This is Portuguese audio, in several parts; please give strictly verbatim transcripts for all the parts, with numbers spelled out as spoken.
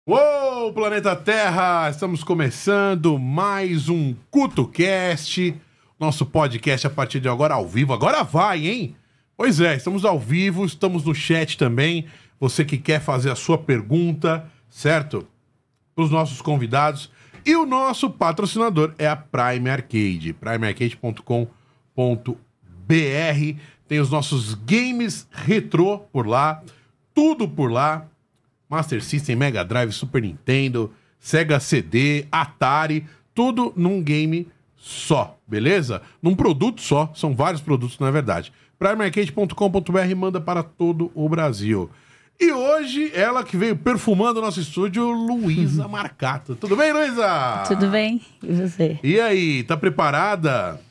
Uou, planeta Terra! Estamos começando mais um CutoCast, nosso podcast a partir de agora ao vivo. Agora vai, hein? Pois é, estamos ao vivo, estamos no chat também. Você que quer fazer a sua pergunta, certo? Para os nossos convidados. E o nosso patrocinador é a Prime Arcade, prime arcade ponto com ponto b r. Tem os nossos games retrô por lá, tudo por lá. Master System, Mega Drive, Super Nintendo, Sega C D, Atari, tudo num game só, beleza? Num produto só, são vários produtos na verdade. prime arcade ponto com ponto b r manda para todo o Brasil. E hoje, ela que veio perfumando o nosso estúdio, Luísa Marcato. Tudo bem, Luísa? Tudo bem, e você? E aí, tá preparada?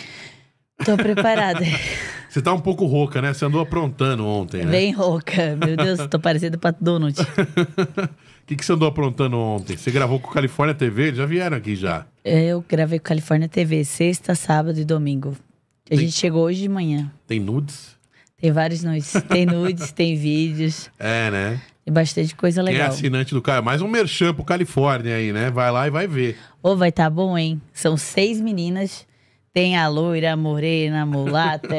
Tô preparada. Você tá um pouco rouca, né? Você andou aprontando ontem, né? Bem rouca. Meu Deus, tô parecendo Pato Donald. O que, que você andou aprontando ontem? Você gravou com o Califórnia T V? Eles já vieram aqui já. Eu gravei com Califórnia T V sexta, sábado e domingo. A Tem... gente chegou hoje de manhã. Tem nudes? Tem vários nudes. Tem nudes, tem vídeos. É, né? Tem bastante coisa legal. Quem é assinante do cara? Mais um merchan pro Califórnia aí, né? Vai lá e vai ver. Ô, vai tá bom, hein? São seis meninas. Tem a loira, a morena, a mulata.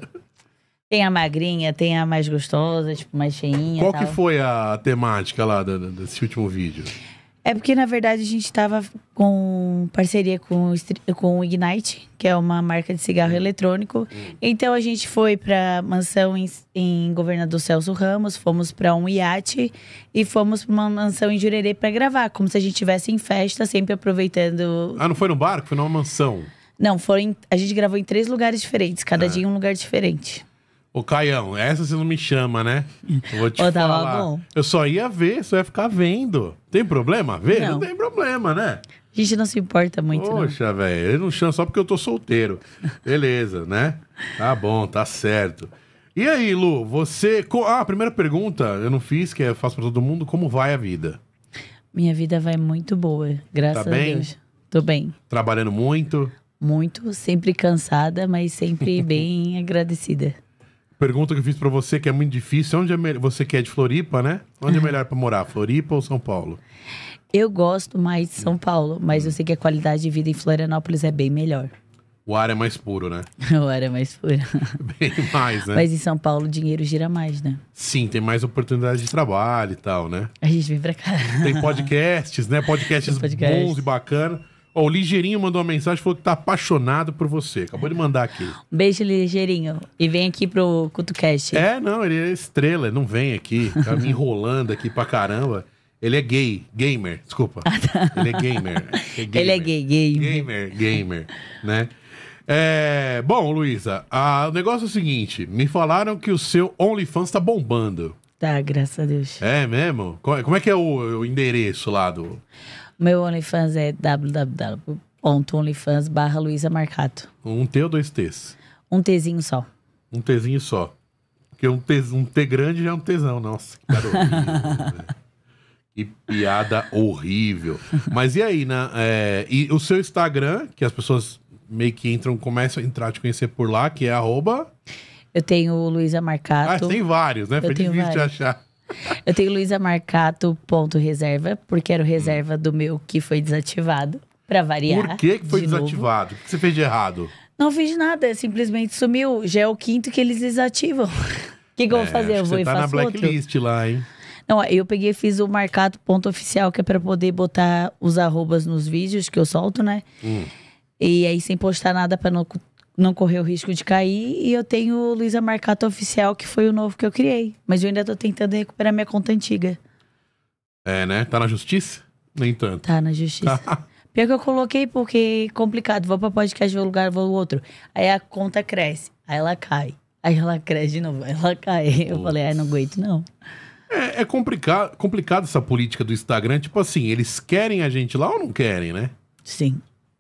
Tem a magrinha, tem a mais gostosa, tipo, mais cheinha. Qual tal. que foi a temática lá do, desse último vídeo? É porque, na verdade, a gente tava com parceria com, com o Ignite, que é uma marca de cigarro hum. eletrônico. Hum. Então, a gente foi pra mansão em, em Governador Celso Ramos, fomos pra um iate e fomos pra uma mansão em Jurerê pra gravar, como se a gente estivesse em festa, sempre aproveitando... Ah, não foi no barco? Foi numa mansão? Não, foram, a gente gravou em três lugares diferentes, cada ah. dia em um lugar diferente. Ô, Caião, essa você não me chama, né? Eu vou te Ô, falar. tava bom. Eu só ia ver, só ia ficar vendo. Tem problema? Ver? Não, não tem problema, né? A gente não se importa muito, Poxa, velho, eu não chamo só porque eu tô solteiro. Beleza, né? Tá bom, tá certo. E aí, Lu, você... Ah, a primeira pergunta eu não fiz, que eu faço pra todo mundo. Como vai a vida? Minha vida vai muito boa, graças tá a bem? Deus. Tô bem. Trabalhando muito? Muito, sempre cansada, mas sempre bem agradecida. Pergunta que eu fiz pra você, que é muito difícil. Onde é me... Você que é de Floripa, né? Onde é melhor pra morar? Floripa ou São Paulo? Eu gosto mais de São Paulo, mas eu sei que a qualidade de vida em Florianópolis é bem melhor. O ar é mais puro, né? O ar é mais puro. Bem mais, né? Mas em São Paulo o dinheiro gira mais, né? Sim, tem mais oportunidade de trabalho e tal, né? A gente vem pra cá. Tem podcasts, né? Podcasts podcast. bons e bacanas. Ó, o Ligeirinho mandou uma mensagem, falou que tá apaixonado por você. Acabou de mandar aqui. Um beijo, Ligeirinho. E vem aqui pro CutoCast. É, não, ele é estrela, não vem aqui. Tá me enrolando aqui pra caramba. Ele é gay, gamer, desculpa. Ah, tá. Ele é gamer. É gamer. Ele é gay, gamer. Gamer, gamer, né? É, bom, Luísa, o negócio é o seguinte. Me falaram que o seu OnlyFans tá bombando. Tá, graças a Deus. É mesmo? Como é que é o, o endereço lá do... Meu OnlyFans é w w w ponto onlyfans barra Luísa Marcato. Um T ou dois T's? Um Tzinho só. Um Tzinho só. Porque um T, um T grande já é umTzão. Nossa, que cara horrível. Né? Que piada horrível. Mas e aí, né? É, e o seu Instagram, que as pessoas meio que entram, começam a entrar a te conhecer por lá, que é arroba... Eu tenho o Luísa Marcato. Ah, tem vários, né? Eu Foi difícil vários. de achar. Eu tenho Luísa Marcato ponto reserva, porque era o reserva hum. do meu que foi desativado, pra variar. Por que, que foi de desativado? Novo. O que você fez de errado? Não fiz nada, simplesmente sumiu. Já é o quinto que eles desativam. O que, que eu é, vou fazer? Eu vou você e tá faço na blacklist outro? lá, hein? Não, eu peguei e fiz o marcato.oficial, que é pra poder botar os arrobas nos vídeos que eu solto, né? Hum. E aí sem postar nada pra não... não correr o risco de cair. E eu tenho o Luísa Marcato Oficial, que foi o novo que eu criei. Mas eu ainda tô tentando recuperar minha conta antiga. É, né? Tá na justiça? Nem tanto. Tá na justiça. Pior que eu coloquei porque é complicado. Vou pra podcast, vou um lugar, vou no outro. Aí a conta cresce. Aí ela cai. Aí ela cresce de novo. Aí ela cai. Putz. Eu falei, ai, não aguento, não. É, é complicado, complicado essa política do Instagram. Tipo assim, eles querem a gente lá ou não querem, né? Sim.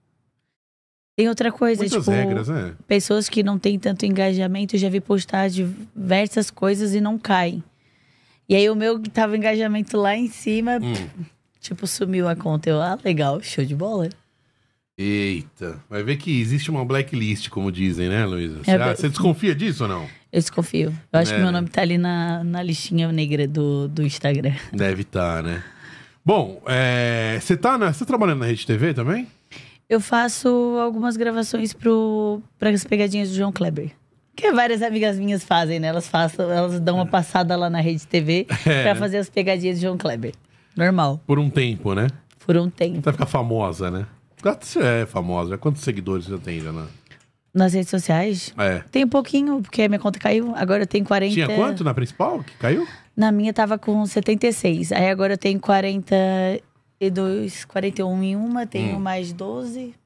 Tem outra coisa, Muitas tipo, regras, né? Pessoas que não têm tanto engajamento, eu já vi postar diversas coisas e não caem. E aí o meu tava engajamento lá em cima, hum. tipo, sumiu a conta. Eu, ah, legal, show de bola. Eita, vai ver que existe uma blacklist, como dizem, né, Luísa? Você, É, ah, você desconfia disso ou não? Eu desconfio. Eu acho é, que meu nome tá ali na, na listinha negra do, do Instagram. Deve estar, tá, né? Bom, é, você tá, na, você tá trabalhando na Rede T V também? Eu faço algumas gravações pro, para as pegadinhas do João Kleber. Que várias amigas minhas fazem, né? Elas, façam, elas dão uma passada lá na Rede T V É, pra né? fazer as pegadinhas do João Kleber. Normal, Por um tempo, né? por um tempo. Vai ficar famosa, né? Você é famosa. Quantos seguidores você já tem, Jana? Nas redes sociais, É. tem um pouquinho, porque a minha conta caiu. Agora eu tenho quarenta... Tinha quanto na principal que caiu? Na minha tava com setenta e seis. Aí agora eu tenho quarenta e dois, quarenta e um em uma. Tenho Hum. mais doze.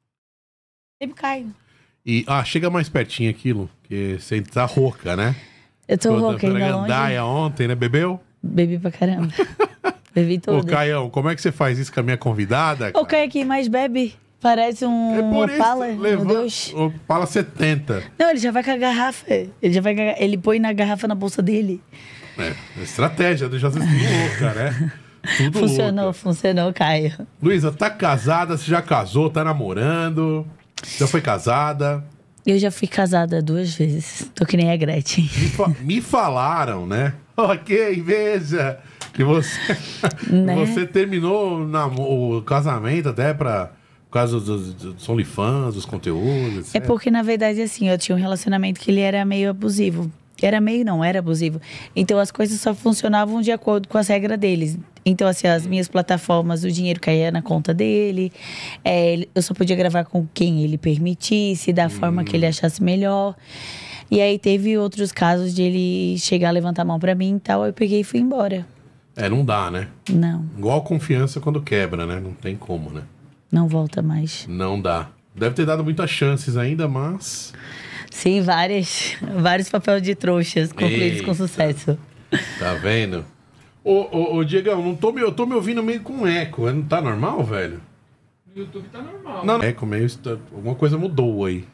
Sempre cai. E, ah, chega mais pertinho aquilo, que você tá rouca, né? Eu tô Toda- rouca ainda toda longe. gandaia ontem, né? Bebeu? Bebi pra caramba. Bebi Ô, toda. Caião, como é que você faz isso com a minha convidada? O Caio que mais bebe parece um É por Opala, isso, meu leva... Deus. Opala setenta. Não, ele já vai com a garrafa. Ele já vai com a... Ele põe na garrafa na bolsa dele. É, estratégia, deixa vocês tudo louca, né? Tudo Funcionou, louca. funcionou, Caio. Luísa, tá casada, você já casou, tá namorando, já foi casada. Eu já fui casada duas vezes. Tô que nem a Gretchen. Me, fa- me falaram, né? Ok, veja, que você, Né? você terminou o namo- o casamento até pra, por causa dos, dos OnlyFans, dos conteúdos, É etcétera. porque, na verdade, assim, eu tinha um relacionamento que ele era meio abusivo. Era meio, não, era abusivo. Então, as coisas só funcionavam de acordo com as regras deles. Então, assim, as minhas plataformas, o dinheiro caía na conta dele. É, ele- eu só podia gravar com quem ele permitisse, da forma que ele achasse melhor. E aí, teve outros casos de ele chegar a levantar a mão pra mim e tal. Eu peguei e fui embora. É, não dá, né? Não, Igual confiança quando quebra, né? Não tem como, né? não volta mais. Não dá. Deve ter dado muitas chances ainda, mas... Sim, várias, vários papéis de trouxas concluídos Eita. com sucesso. Tá vendo? Ô, ô, ô Diegão, não tô me, eu tô me ouvindo meio com eco. Não tá normal, velho? No YouTube tá normal. Não, não. Eco meio... está- Alguma coisa mudou aí.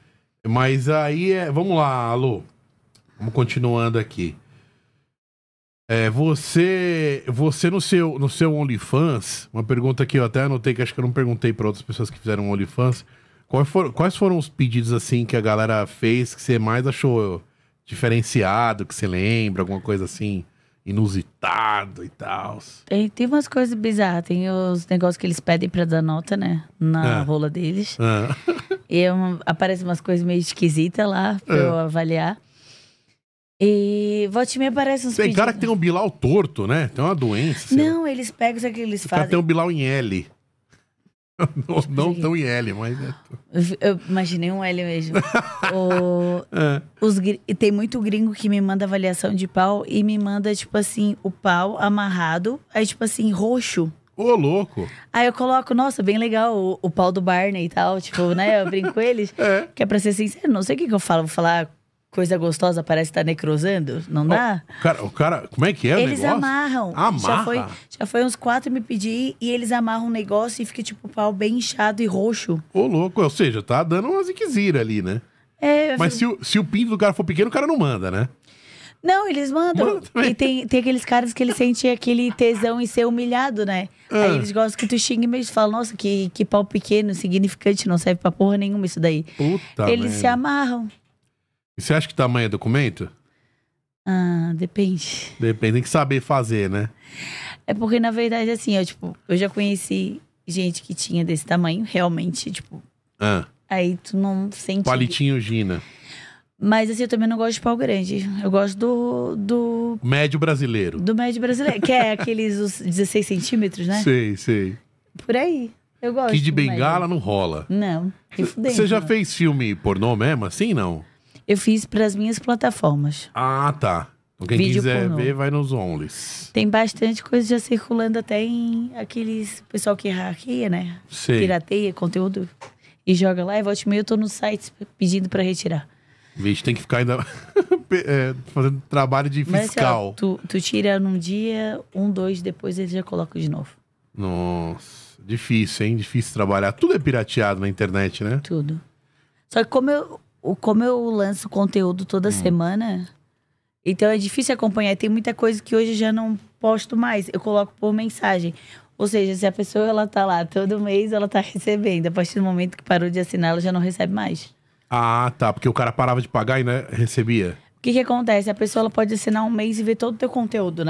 Mas aí é... Vamos lá, alô. Vamos continuando aqui. É, você, você no seu, no seu OnlyFans, uma pergunta que eu até anotei, que acho que eu não perguntei para outras pessoas que fizeram OnlyFans. Quais foram, quais foram os pedidos assim que a galera fez que você mais achou diferenciado, que você lembra, alguma coisa assim, inusitado e tal? Tem, tem umas coisas bizarras. Tem os negócios que eles pedem pra dar nota, né? Na É. rola deles. Ah, E é uma- aparecem umas coisas meio esquisitas lá pra É. eu avaliar. E volta e meia aparecem uns tem pedidos. cara que tem um bilau torto, né? Tem uma doença. sei lá. Não, eles pegam isso que eles O cara fazem. tem um bilau em L. não não tão em L, mas é. Eu- Eu imaginei um L mesmo. O- É. os, gri- e tem muito gringo que me manda avaliação de pau e me manda, tipo assim, o pau amarrado, aí, tipo assim, roxo. Ô, louco. Aí eu coloco, nossa, bem legal o, o pau do Barney e tal, tipo, né? Eu brinco com eles. É. Que é pra ser sincero, não sei o que, que eu falo. Vou falar coisa gostosa, parece que tá necrosando. Não dá? O cara, o cara, como é que é o Eles negócio? amarram. Amarra? Já foi, já foi uns quatro me pedir e eles amarram um negócio e fica, tipo, o pau bem inchado e roxo. Ô, louco. Ou seja, tá dando uma ziquezira ali, né? É, eu Mas se fico- o, se o pinto do cara for pequeno, o cara não manda, né? Não, eles mandam. Manda também. E tem, tem aqueles caras que eles sentem aquele tesão em ser humilhado, né? Ah. Aí eles gostam que tu xingue mesmo. Tu fala, nossa, que, que pau pequeno, insignificante, não serve pra porra nenhuma isso daí. Puta eles merda. se amarram. E você acha que tamanho é documento? Ah, depende. Depende, tem que saber fazer, né? É porque, na verdade, assim, eu, tipo, eu já conheci gente que tinha desse tamanho, realmente, tipo, Ah, aí tu não sente. palitinho Gina. Mas assim, eu também não gosto de pau grande. Eu gosto do, do, Médio brasileiro. do médio brasileiro, que é aqueles os dezesseis centímetros, né? Sei, sei. Por aí. Eu gosto. Kid de do Bengala médio. não rola. Não. nem fudendo, Você já não. fez filme pornô mesmo, assim, não? Eu fiz pras minhas plataformas. Ah, tá. Então quem Vídeo quiser pornô. ver, vai nos Onlys. Tem bastante coisa já circulando até em aqueles pessoal que hackeia, né? Sei. Pirateia conteúdo e joga lá. E volta e meia eu tô nos sites pedindo pra retirar. Vixe, tem que ficar ainda é, fazendo trabalho de Mas assim, ó, fiscal. tu, tu tira num dia, um, dois, depois ele já coloca de novo. Nossa, difícil, hein? Difícil trabalhar. Tudo é pirateado na internet, né? Tudo. Só que como eu, o- como eu lanço conteúdo toda Hum. semana, então é difícil acompanhar. Tem muita coisa que hoje eu já não posto mais. Eu coloco por mensagem. Ou seja, se a pessoa ela tá lá todo mês, ela tá recebendo. A partir do momento que parou de assinar, ela já não recebe mais. Ah, tá. Porque o cara parava de pagar e né, recebia. O que que acontece? A pessoa ela pode assinar um mês e ver todo o teu conteúdo, né?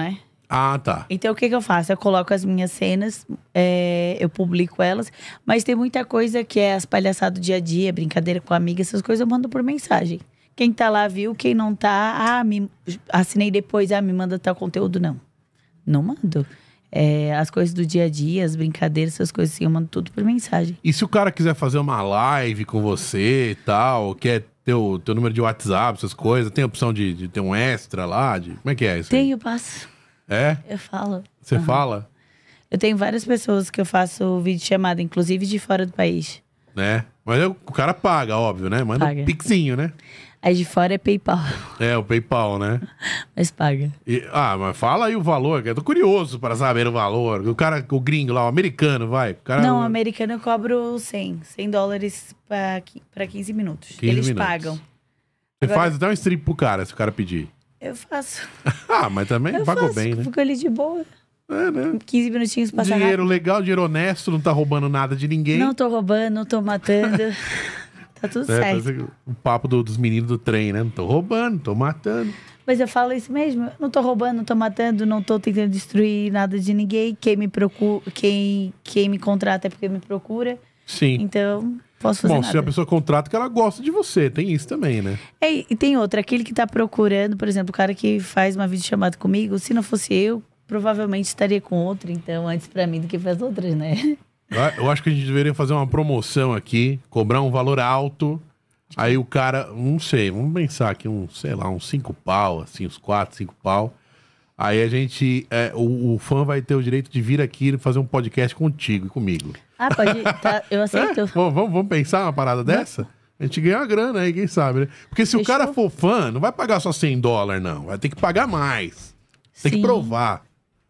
Ah, tá. Então, o que que eu faço? Eu coloco as minhas cenas, é, eu publico elas, mas tem muita coisa que é as palhaçadas do dia a dia, brincadeira com amiga, essas coisas eu mando por mensagem. Quem tá lá viu, quem não tá, ah, me, assinei depois, ah, me manda tal conteúdo, não. Não mando. É, as coisas do dia a dia, as brincadeiras, essas coisas assim, eu mando tudo por mensagem. E se o cara quiser fazer uma live com você e tal, quer ter o teu número de WhatsApp, essas coisas, tem a opção de, de ter um extra lá? De, como é que é isso aí? Tenho, passo. É? Eu falo. Você Uhum. fala? Eu tenho várias pessoas que eu faço vídeo chamada, inclusive de fora do país. Né? Mas eu- o cara paga, óbvio, né? Manda Paga. um pixinho, né? Aí de fora é PayPal, É, o PayPal, né? mas paga. E- ah, mas fala aí o valor, que eu tô curioso para saber o valor. O cara, o gringo lá, o americano, vai. O cara, Não, americano eu cobro cem. cem dólares pra, qui- pra quinze minutos. quinze Eles minutos. pagam. Você agora- faz até um strip pro cara, se o cara pedir. Eu faço. Ah, mas também Eu pagou faço. bem, né? Fico ali de boa. É, né? quinze minutinhos passa Dinheiro rápido. legal, dinheiro honesto, não tá roubando nada de ninguém. Não tô roubando, não tô matando. Tá tudo É, certo. parece o papo do- dos meninos do trem, né? Não tô roubando, tô matando. Mas eu falo isso mesmo. Não tô roubando, não tô matando, não tô tentando destruir nada de ninguém. Quem me procura, quem, quem me contrata é porque me procura. Sim. Então, posso fazer Bom, nada. se a pessoa contrata que ela gosta de você, tem isso também, né? É, e tem outra, aquele que tá procurando, por exemplo, o cara que faz uma videochamada comigo, se não fosse eu, provavelmente estaria com outro, então, antes pra mim do que pras outras, né? Eu, eu acho que a gente deveria fazer uma promoção aqui, cobrar um valor alto. Aí o cara, não sei, vamos pensar aqui, um, sei lá, uns cinco pau, assim, uns quatro, cinco pau. Aí a gente, é, o, o fã vai ter o direito de vir aqui e fazer um podcast contigo e comigo. Ah, pode. Tá, eu aceito. É? Vamos, vamos, vamos pensar uma parada dessa? A gente ganha uma grana aí, quem sabe, né? Porque se o Fechou. cara for fã, não vai pagar só cem dólares, não. Vai ter que pagar mais. Tem que Sim. provar.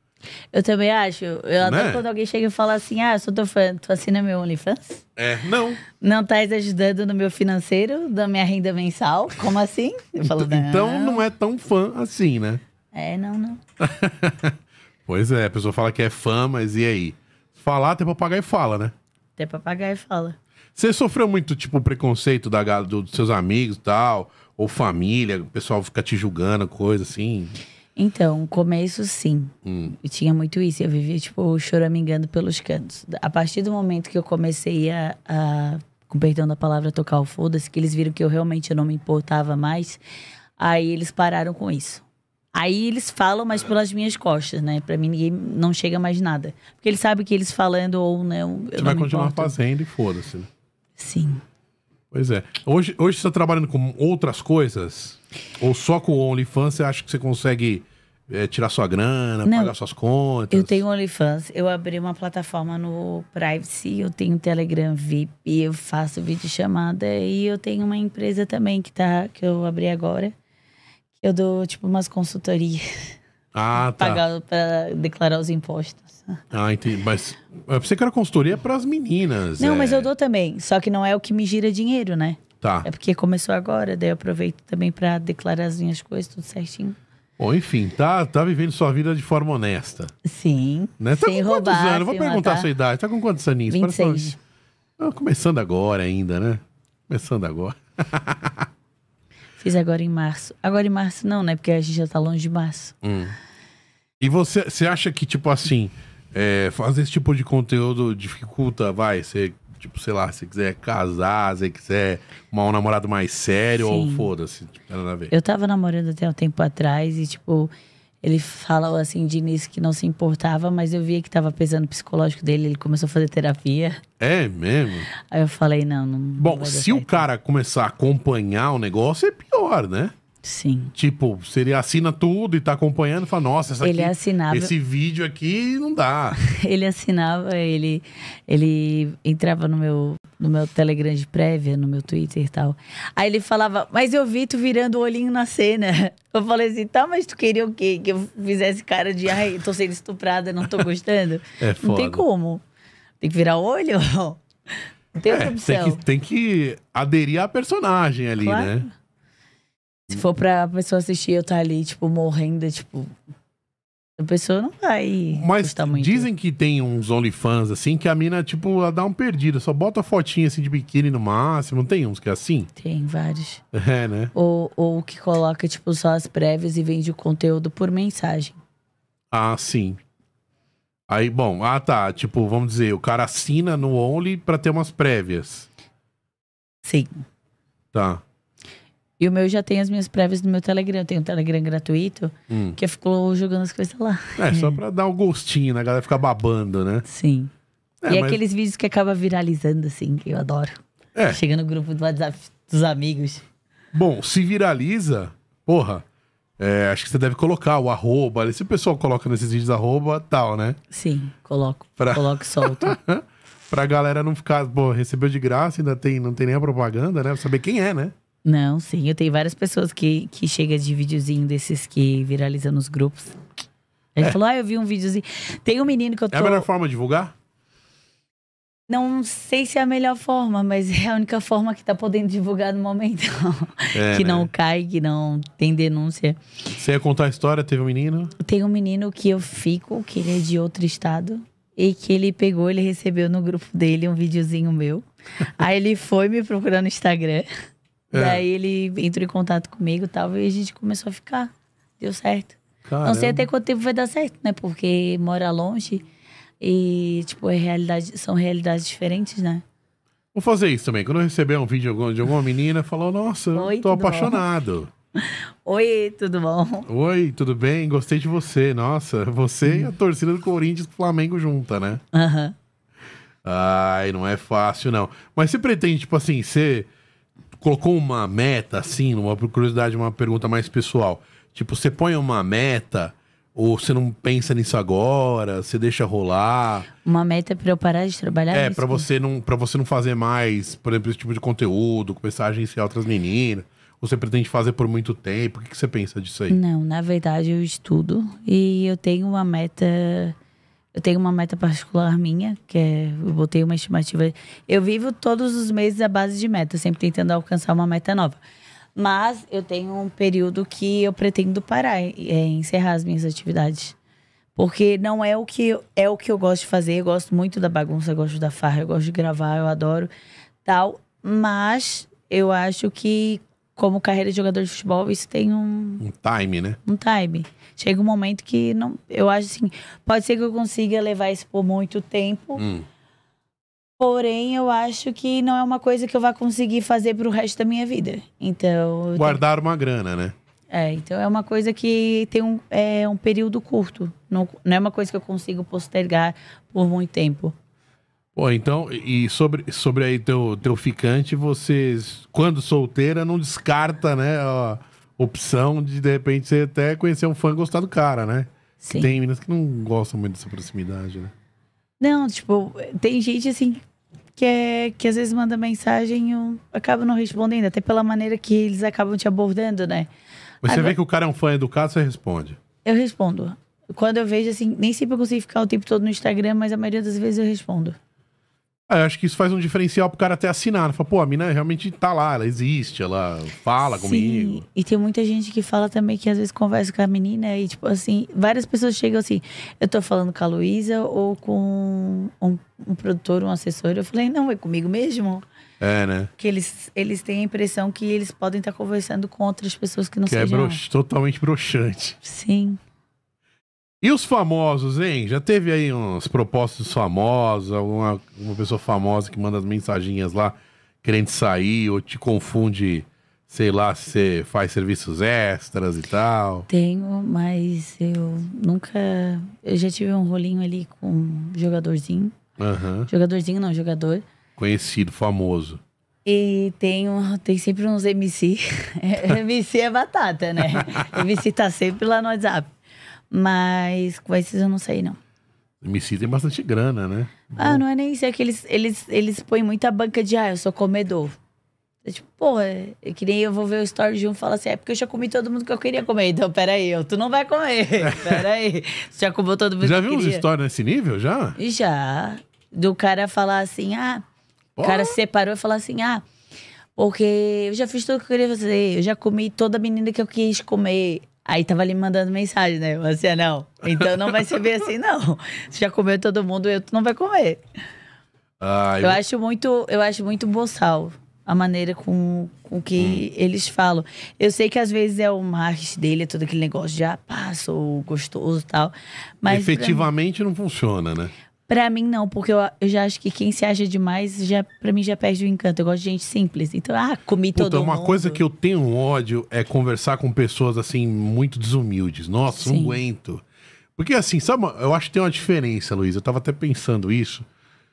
Eu também acho. Eu adoro Né? quando alguém chega e fala assim: ah, eu sou teu fã, tu assina meu OnlyFans? É, não. Não estás ajudando no meu financeiro, da minha renda mensal? Como assim? Eu falo, não. Então não é tão fã assim, né? É, não, não. Pois é, a pessoa fala que é fã, mas e aí? Falar até pra pagar e fala, né? Até papagaio fala. Você sofreu muito, tipo, preconceito da, ga- do- dos seus amigos e tal? Ou família, o pessoal fica te julgando, coisa assim? Então, no começo, sim. Hum. Eu tinha muito isso. Eu vivia, tipo, choramingando pelos cantos. A partir do momento que eu comecei a, a com perdão da palavra, tocar o foda-se, que eles viram que eu realmente não me importava mais, aí eles pararam com isso. Aí eles falam, mas pelas minhas costas, né? Pra mim, ninguém não chega mais nada. Porque eles sabem que eles falando ou não, eu Você não vai me continuar importo. fazendo e foda-se, né? Sim. Pois é. Hoje, hoje você tá trabalhando com outras coisas? Ou só com o OnlyFans você acha que você consegue é, tirar sua grana, Não. pagar suas contas? Eu tenho OnlyFans, eu abri uma plataforma no Privacy, eu tenho Telegram V I P, eu faço videochamada e eu tenho uma empresa também que, tá, que eu abri agora. Eu dou, tipo, umas consultorias Ah, tá. pagado pra declarar os impostos. Ah, entendi. Mas eu pensei que era consultoria pras meninas. Não, é. mas eu dou também, só que não é o que me gira dinheiro, né? Tá. É porque começou agora, daí eu aproveito também pra declarar as minhas coisas, tudo certinho. Bom, enfim, tá, tá vivendo sua vida de forma honesta. Sim, Né? Tá sem com quantos roubar, anos? Vou sem perguntar a matar. sua idade. Tá com quantos aninhos? vinte e Parece uma- seis. Ah, começando agora ainda, né? Começando agora. Fiz agora em março. Agora em março não, né? Porque a gente já tá longe de março. Hum. E você, você acha que, tipo assim, é, fazer esse tipo de conteúdo dificulta, vai, você, tipo, sei lá, se quiser casar, se quiser arrumar um namorado mais sério, ou Sim. foda-se, tipo, não tem nada a ver. Eu tava namorando até um tempo atrás e, tipo, ele falou assim de início que não se importava, mas eu via que tava pesando o psicológico dele, ele começou a fazer terapia. É mesmo? Aí eu falei, não, não. não Bom, vai dar se o certo. cara começar a acompanhar o negócio, é pior, né? Sim. Tipo, se ele assina tudo e tá acompanhando, fala, nossa, essa Ele aqui, assinava. esse vídeo aqui não dá. Ele assinava, ele, ele entrava no meu, no meu Telegram de prévia, no meu Twitter e tal. Aí ele falava, mas eu vi tu virando o olhinho na cena. Eu falei assim, tá, mas tu queria o quê? Que eu fizesse cara de, ai, tô sendo estuprada, não tô gostando? É Não tem foda. como. Tem que virar o olho? Não tem outra É, opção. tem, que, tem que aderir à personagem ali, Claro. né? Se for pra pessoa assistir, eu tá ali, tipo, morrendo, tipo... A pessoa não vai Mas gostar muito. dizem que tem uns OnlyFans assim, que a mina, tipo, ela dá um perdido. Só bota a fotinha assim de biquíni no máximo. Não tem uns que é assim? Tem vários. É, né? Ou, ou que coloca, tipo, só as prévias e vende o conteúdo por mensagem. Ah, sim. Aí, bom, ah tá, tipo, vamos dizer, o cara assina no Only pra ter umas prévias. Sim. Tá. E o meu já tem as minhas prévias no meu Telegram. Eu tenho um Telegram gratuito, Hum. que eu fico jogando as coisas lá. É, só pra dar um gostinho, né? A galera ficar babando, né? Sim. É, e mas- aqueles vídeos que acaba viralizando, assim, que eu adoro. É. Chega no grupo do WhatsApp dos amigos. Bom, se viraliza, porra, é, acho que você deve colocar o arroba. ali. Se o pessoal coloca nesses vídeos arroba, tal, né? Sim, coloco. Pra- Coloco e solto. Pra galera não ficar, pô, recebeu de graça, ainda tem, não tem nem a propaganda, né? Pra saber quem é, né? Não, sim. Eu tenho várias pessoas que, que chegam de videozinho desses que viralizam nos grupos. Ele É. falou, ah, eu vi um videozinho. Tem um menino que eu tô... É a melhor forma de divulgar? Não sei se é a melhor forma, mas é a única forma que tá podendo divulgar no momento. É, que né? não cai, que não tem denúncia. Você ia contar a história, teve um menino? Tem um menino que eu fico, que ele é de outro estado. E que ele pegou, ele recebeu no grupo dele um videozinho meu. Aí ele foi me procurar no Instagram. É. Daí ele entrou em contato comigo e tal. E a gente começou a ficar. Deu certo. Não sei até quanto tempo vai dar certo, né? Porque mora longe. E, tipo, é realidade, são realidades diferentes, né? Vou fazer isso também. Quando eu receber um vídeo de alguma- de alguma menina, falar, nossa, Oi, tô tudo bom? apaixonado. Oi, tudo bom? Oi, tudo bem? Gostei de você. Nossa, você e a torcida do Corinthians e do Flamengo junta, né? Aham. Ai, não é fácil, não. Mas você pretende, tipo assim, você colocou uma meta, assim, uma por curiosidade, uma pergunta mais pessoal. Tipo, você põe uma meta ou você não pensa nisso agora, você deixa rolar? Uma meta pra eu parar de trabalhar É, nisso? pra você não, para você não fazer mais, por exemplo, esse tipo de conteúdo, começar a agenciar outras meninas. Ou você pretende fazer por muito tempo? O que, que você pensa disso aí? Não, na verdade eu estudo e eu tenho uma meta, eu tenho uma meta particular minha, que é, eu botei uma estimativa. Eu vivo todos os meses à base de meta, sempre tentando alcançar uma meta nova. Mas eu tenho um período que eu pretendo parar, é, encerrar as minhas atividades. Porque não é o que eu, é o que eu gosto de fazer, eu gosto muito da bagunça, eu gosto da farra, eu gosto de gravar, eu adoro tal. Mas eu acho que como carreira de jogador de futebol, isso tem um, Um time, né? um time. Chega um momento que não, eu acho assim, pode ser que eu consiga levar isso por muito tempo, Hum. porém eu acho que não é uma coisa que eu vá conseguir fazer pro resto da minha vida. Então, eu Guardar uma grana, né? tenho- é, então é uma coisa que tem um, é, um período curto. Não, não é uma coisa que eu consigo postergar por muito tempo. Pô, então, e sobre, sobre aí teu, teu ficante, vocês, quando solteira, não descarta, né, a opção de, de repente, você até conhecer um fã e gostar do cara, né? Que Sim. tem meninas que não gostam muito dessa proximidade, né? Não, tipo, tem gente assim que, é, que às vezes manda mensagem e eu acabo não respondendo, até pela maneira que eles acabam te abordando, né? Mas você Agora- vê que o cara é um fã educado, você responde. Eu respondo. Quando eu vejo assim, nem sempre eu consigo ficar o tempo todo no Instagram, mas a maioria das vezes eu respondo. Ah, eu acho que isso faz um diferencial pro cara até assinar, né? Fala, pô, a mina realmente tá lá, ela existe, ela fala Sim, comigo. e tem muita gente que fala também que às vezes conversa com a menina e, tipo assim, várias pessoas chegam assim, eu tô falando com a Luísa ou com um, um produtor, um assessor. Eu falei, não, é comigo mesmo. É, né? Que eles, eles têm a impressão que eles podem estar conversando com outras pessoas que não Que é sejam. brox- totalmente broxante. Sim. E os famosos, hein? Já teve aí uns propostas famosos, alguma uma pessoa famosa que manda as mensaginhas lá querendo sair ou te confunde, sei lá, se você faz serviços extras e tal. Tenho, mas eu nunca. Eu já tive um rolinho ali com um jogadorzinho. Aham. Jogadorzinho não, jogador. Conhecido, famoso. E tenho, tem sempre uns M C. M C é batata, né? M C tá sempre lá no WhatsApp. Mas com esses eu não sei, não. M C tem bastante grana, né? Ah, não é nem isso, é que eles, eles, eles põem muita banca de, ah, eu sou comedor. É tipo, porra, é que nem eu vou ver o story de um e falo assim, é porque eu já comi todo mundo que eu queria comer. Então, peraí, eu, tu não vai comer. Peraí. Você já comeu todo mundo Já que viu uns queria? stories nesse nível, já? E já. Do cara falar assim, ah... Pô. O cara se separou e falou assim, ah... Porque eu já fiz tudo que eu queria fazer. Eu já comi toda a menina que eu quis comer. Aí tava ali mandando mensagem, né? Eu assim, ah, não. Então não vai ser bem assim, não. Você já comeu todo mundo, eu tu não vai comer. Ah, Eu acho muito, eu acho muito boçal a maneira com, com que hum. eles falam. Eu sei que às vezes é o marketing dele, é todo aquele negócio de ah, pá, sou gostoso e tal. Mas efetivamente mim, não funciona, né? Pra mim não, porque eu, eu já acho que quem se acha demais, já, pra mim já perde o encanto. Eu gosto de gente simples. Então, ah, comi todo Puta, mundo. Uma coisa que eu tenho ódio é conversar com pessoas assim, muito desumildes. Nossa, Sim. não aguento. Porque assim, sabe, eu acho que tem uma diferença, Luiz. Eu tava até pensando isso.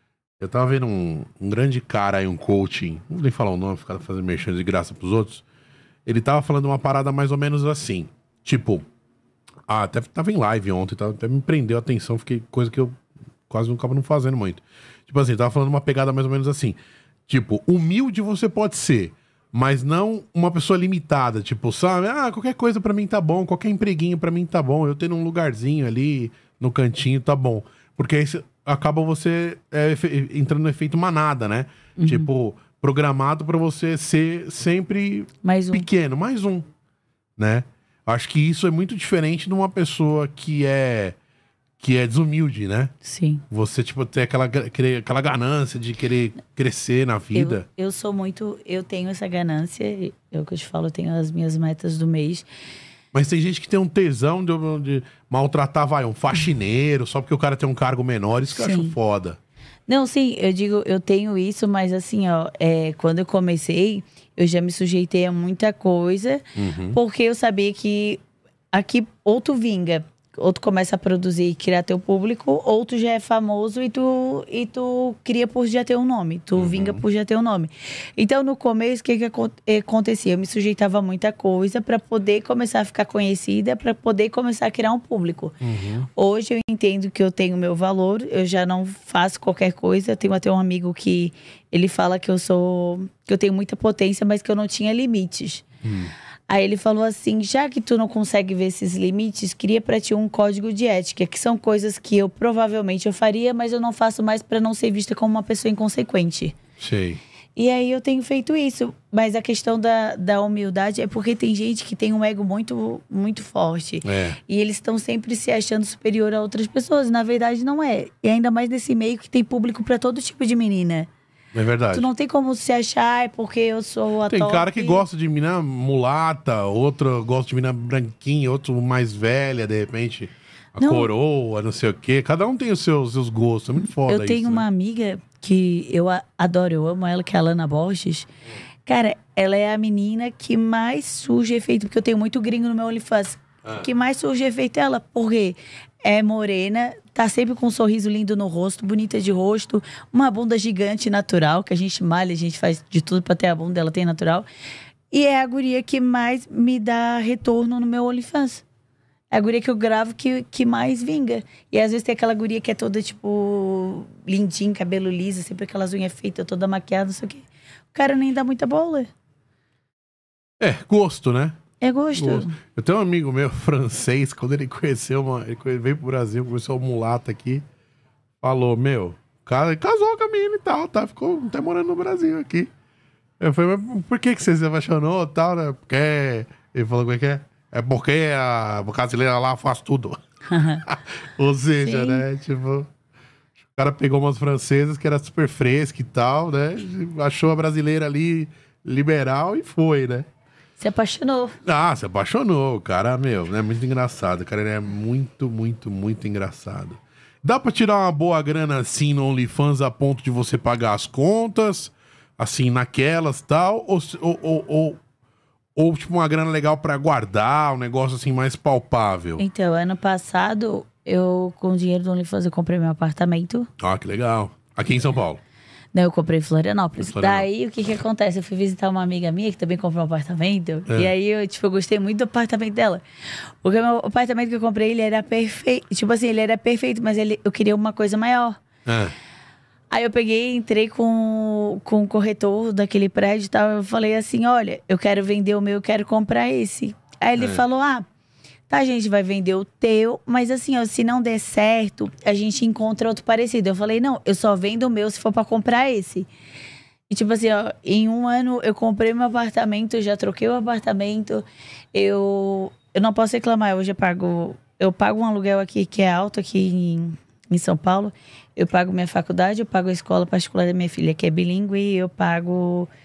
Eu tava vendo um, um grande cara aí, um coaching, não vou nem falar o nome, ficar fazendo merchan de graça pros outros. Ele tava falando uma parada mais ou menos assim. Tipo, ah, até tava em live ontem, tava, até me prendeu a atenção, fiquei coisa que eu quase não acabo não fazendo muito. Tipo assim, tava falando uma pegada mais ou menos assim. Tipo, humilde você pode ser, mas não uma pessoa limitada. Tipo, sabe, ah, qualquer coisa pra mim tá bom, qualquer empreguinho pra mim tá bom, eu tendo um lugarzinho ali no cantinho tá bom. Porque aí acaba você é, entrando no efeito manada, né? Uhum. Tipo, programado pra você ser sempre mais um. pequeno, mais um, né? Acho que isso é muito diferente de uma pessoa que é que é desumilde, né? Sim. Você, tipo, ter aquela, querer, aquela ganância de querer crescer na vida. Eu, eu sou muito... Eu tenho essa ganância, é o que eu te falo, eu tenho as minhas metas do mês. Mas tem gente que tem um tesão de, de maltratar, vai, um faxineiro, só porque o cara tem um cargo menor, isso que sim. eu acho foda. Não, sim, eu digo, eu tenho isso, mas assim, ó, é, quando eu comecei, eu já me sujeitei a muita coisa, uhum. porque eu sabia que aqui ou tu vinga, ou tu começa a produzir e criar teu público, ou tu já é famoso e tu, e tu cria por já ter um nome. Tu uhum. vinga por já ter um nome. Então, no começo, o que que acontecia? Eu me sujeitava a muita coisa para poder começar a ficar conhecida, para poder começar a criar um público. Uhum. Hoje, eu entendo que eu tenho meu valor, eu já não faço qualquer coisa. Eu tenho até um amigo que ele fala que eu sou... que eu tenho muita potência, mas que eu não tinha limites. Uhum. Aí ele falou assim, já que tu não consegue ver esses limites, cria pra ti um código de ética, que são coisas que eu provavelmente eu faria, mas eu não faço mais pra não ser vista como uma pessoa inconsequente. Sei. E aí eu tenho feito isso. Mas a questão da, da humildade é porque tem gente que tem um ego muito, muito forte. É. E eles estão sempre se achando superior a outras pessoas. Na verdade, não é. E ainda mais nesse meio que tem público pra todo tipo de menina. É verdade. Tu não tem como se achar, é porque eu sou a Tem top. cara que gosta de mina mulata, outro gosta de mina branquinha, outro mais velha, de repente, a não. coroa, não sei o quê. Cada um tem os seus, seus gostos, é muito foda isso. Eu tenho isso, uma né? amiga que eu adoro, eu amo ela, que é a Lana Borges. Cara, ela é a menina que mais surge efeito, porque eu tenho muito gringo no meu OnlyFans. Ah. Que mais surge efeito é ela, porque é morena, tá sempre com um sorriso lindo no rosto, bonita de rosto, uma bunda gigante natural, que a gente malha, a gente faz de tudo pra ter a bunda, ela tem natural. E é a guria que mais me dá retorno no meu OnlyFans. É a guria que eu gravo que, que mais vinga. E às vezes tem aquela guria que é toda, tipo, lindinha, cabelo liso, sempre aquelas unhas feitas, toda maquiada, não sei o quê. O cara nem dá muita bola. É, gosto, né? É gosto. gosto. Eu tenho um amigo meu, francês, quando ele conheceu uma... Ele veio pro Brasil, começou um mulato aqui. Falou, meu... Cara, casou com a menina e tal, tá? Ficou até morando no Brasil aqui. Eu falei, mas por que, que você se apaixonou e tal, né? Porque... Ele falou, como é que é? É porque a brasileira lá faz tudo. Ou seja, sim. né? Tipo... O cara pegou umas francesas que era super fresca e tal, né? Achou a brasileira ali liberal e foi, né? Se apaixonou. Ah, se apaixonou. O cara, meu, é muito engraçado. O cara ele é muito, muito, muito engraçado. Dá pra tirar uma boa grana assim no OnlyFans a ponto de você pagar as contas, assim, naquelas e tal? Ou, ou, ou, ou, ou, tipo, uma grana legal pra guardar, um negócio assim mais palpável? Então, ano passado, eu, com o dinheiro do OnlyFans, eu comprei meu apartamento. Ah, que legal. Aqui em São Paulo. Não, eu comprei em Florianópolis. Em Florianópolis. Daí, o que que acontece? Eu fui visitar uma amiga minha que também comprou um apartamento. É. E aí, eu, tipo, eu gostei muito do apartamento dela. Porque o meu apartamento que eu comprei, ele era perfeito. Tipo assim, ele era perfeito, mas ele, eu queria uma coisa maior. É. Aí eu peguei, entrei com, com o corretor daquele prédio e tal. Eu falei assim, olha, eu quero vender o meu, eu quero comprar esse. Aí ele é. falou, ah... Tá, a gente vai vender o teu, mas assim, ó, se não der certo, a gente encontra outro parecido. Eu falei, não, eu só vendo o meu se for pra comprar esse. E tipo assim, ó, em um ano eu comprei meu apartamento, eu já troquei o apartamento, eu, eu não posso reclamar, hoje eu pago, eu pago um aluguel aqui que é alto aqui em, em São Paulo, eu pago minha faculdade, eu pago a escola particular da minha filha, que é bilíngue, e eu pago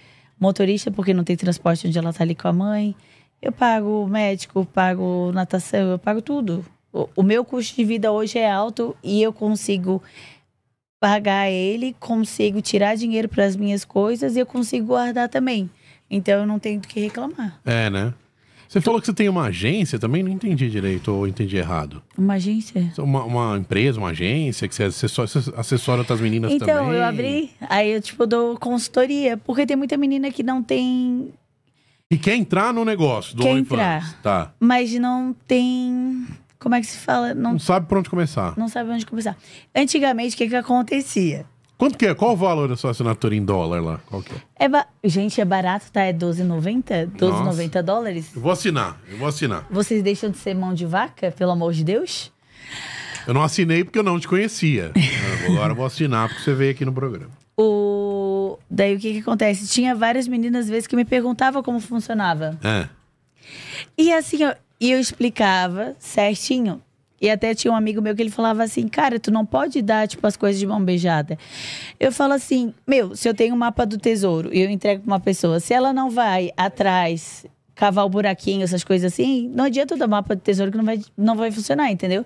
motorista, porque não tem transporte onde ela tá ali com a mãe. Eu pago médico, pago natação, eu pago tudo. O, o meu custo de vida hoje é alto e eu consigo pagar ele, consigo tirar dinheiro para as minhas coisas e eu consigo guardar também. Então eu não tenho do que reclamar. É, né? Você falou que você tem uma agência também? Não entendi direito ou entendi errado. Uma agência? Uma, uma empresa, uma agência que você assessora, você assessora outras meninas então, também? Então, eu abri, aí eu tipo dou consultoria, porque tem muita menina que não tem... E quer entrar no negócio do Quer OnlyFans. entrar, Tá. mas não tem... Como é que se fala? Não, Não sabe por onde começar. não sabe onde começar. Antigamente, o que que acontecia? Quanto que é? Qual o valor da sua assinatura em dólar lá? Qual que é? É ba... Gente, é barato, tá? É doze e noventa? doze e noventa dólares? Eu vou assinar, eu vou assinar. Vocês deixam de ser mão de vaca, pelo amor de Deus? Eu não assinei porque eu não te conhecia. Agora eu vou assinar porque você veio aqui no programa. O... Daí o que que acontece? Tinha várias meninas, às vezes, que me perguntavam como funcionava. É. E assim, eu, e eu explicava certinho. E até tinha um amigo meu que ele falava assim, cara, tu não pode dar, tipo, as coisas de mão beijada. Eu falo assim, meu, se eu tenho um mapa do tesouro e eu entrego pra uma pessoa, se ela não vai atrás, cavar o buraquinho, essas coisas assim, não adianta eu dar mapa do tesouro que não vai, não vai funcionar, entendeu?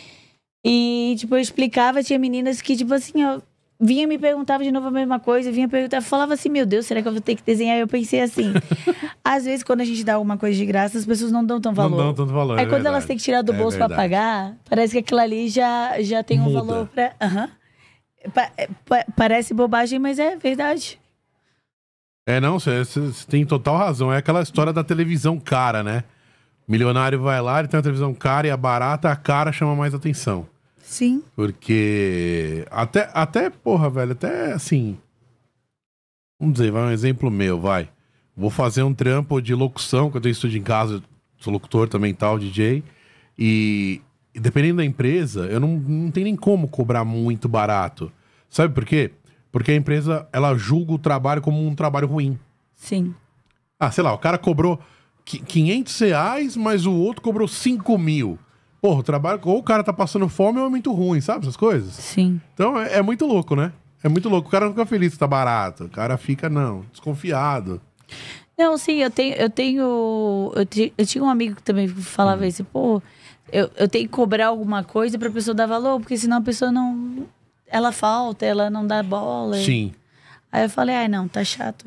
E, tipo, eu explicava, tinha meninas que, tipo assim, ó, vinha me perguntava de novo a mesma coisa, vinha perguntar, falava assim, meu Deus, será que eu vou ter que desenhar? Eu pensei assim, às vezes quando a gente dá alguma coisa de graça, as pessoas não dão tão valor. Não dão tanto valor, Aí é quando verdade. elas têm que tirar do É bolso pra verdade. pagar, parece que aquilo ali já, já tem um Muda. valor pra... Aham. Pa- pa- parece bobagem, mas é verdade. É, não, você, você tem total razão. É aquela história da televisão cara, né? O milionário vai lá, ele tem uma televisão cara e a barata, a cara chama mais atenção. Sim. Porque até, até, porra, velho, até assim. Vamos dizer, vai um exemplo meu, vai. Vou fazer um trampo de locução, que eu tenho estúdio em casa, sou locutor também, tal, D J. E, e dependendo da empresa, eu não, não tenho nem como cobrar muito barato. Sabe por quê? Porque a empresa, ela julga o trabalho como um trabalho ruim. Sim. Ah, sei lá, o cara cobrou qui- quinhentos reais, mas o outro cobrou cinco mil. Porra, o trabalho, ou o cara tá passando fome ou é muito ruim, sabe essas coisas? Sim. Então é, é muito louco, né? É muito louco. O cara não fica feliz que tá barato. O cara fica, não, desconfiado. Não, sim, eu tenho... Eu, tenho, eu, ti- eu tinha um amigo que também falava isso. Pô, eu, eu tenho que cobrar alguma coisa pra pessoa dar valor, porque senão a pessoa não... Ela falta, ela não dá bola. Sim. Aí eu falei, ai, não, tá chato.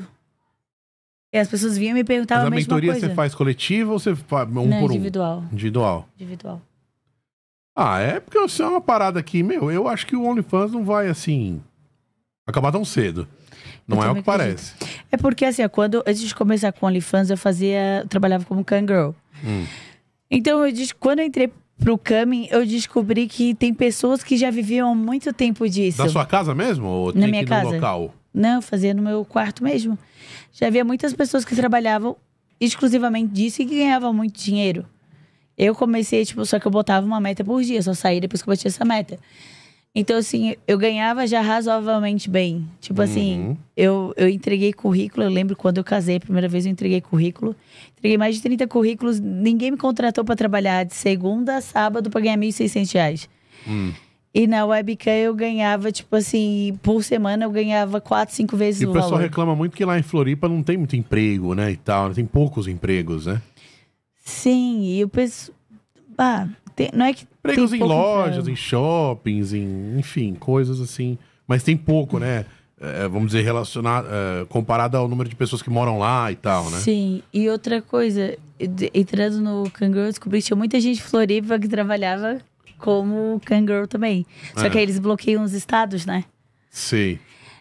E as pessoas vinham e me Mas perguntavam a a mesma mentoria coisa. você faz coletiva ou você faz um Não, por um? individual. Individual. Individual. Ah, é porque isso é uma parada aqui, meu. Eu acho que o OnlyFans não vai, assim, acabar tão cedo. Não Eu é o que também parece. É porque, assim, ó, quando, antes de começar com o OnlyFans, eu fazia... Eu trabalhava como cam girl. Hum. Então, eu, des- quando eu entrei pro camming, eu descobri que tem pessoas que já viviam há muito tempo disso. Da sua casa mesmo? Ou Na tem minha que ir no casa. local? Não, eu fazia no meu quarto mesmo. Já havia muitas pessoas que trabalhavam exclusivamente disso e que ganhavam muito dinheiro. Eu comecei, tipo, só que eu botava uma meta por dia, só saía depois que eu batia essa meta. Então, assim, eu ganhava já razoavelmente bem. Tipo assim, Uhum. eu, eu entreguei currículo, eu lembro quando eu casei, a primeira vez eu entreguei currículo. Entreguei mais de trinta currículos, ninguém me contratou pra trabalhar de segunda a sábado pra ganhar mil e seiscentos reais. Hum. E na webcam eu ganhava, tipo assim, por semana eu ganhava quatro, cinco vezes E o o pessoal valor. reclama muito que lá em Floripa não tem muito emprego, né, e tal. Tem poucos empregos, né? Sim, e o pessoal... Ah, tem- não é que Empregos tem em pouco lojas, emprego. em shoppings, em, enfim, coisas assim. Mas tem pouco, né? É, vamos dizer, relacionado, é, comparado ao número de pessoas que moram lá e tal, né? Sim, e outra coisa, de- entrando no Kangirl, eu descobri que tinha muita gente de Floripa que trabalhava como Kangirl também. Só É. que aí eles bloqueiam os estados, né? Sei.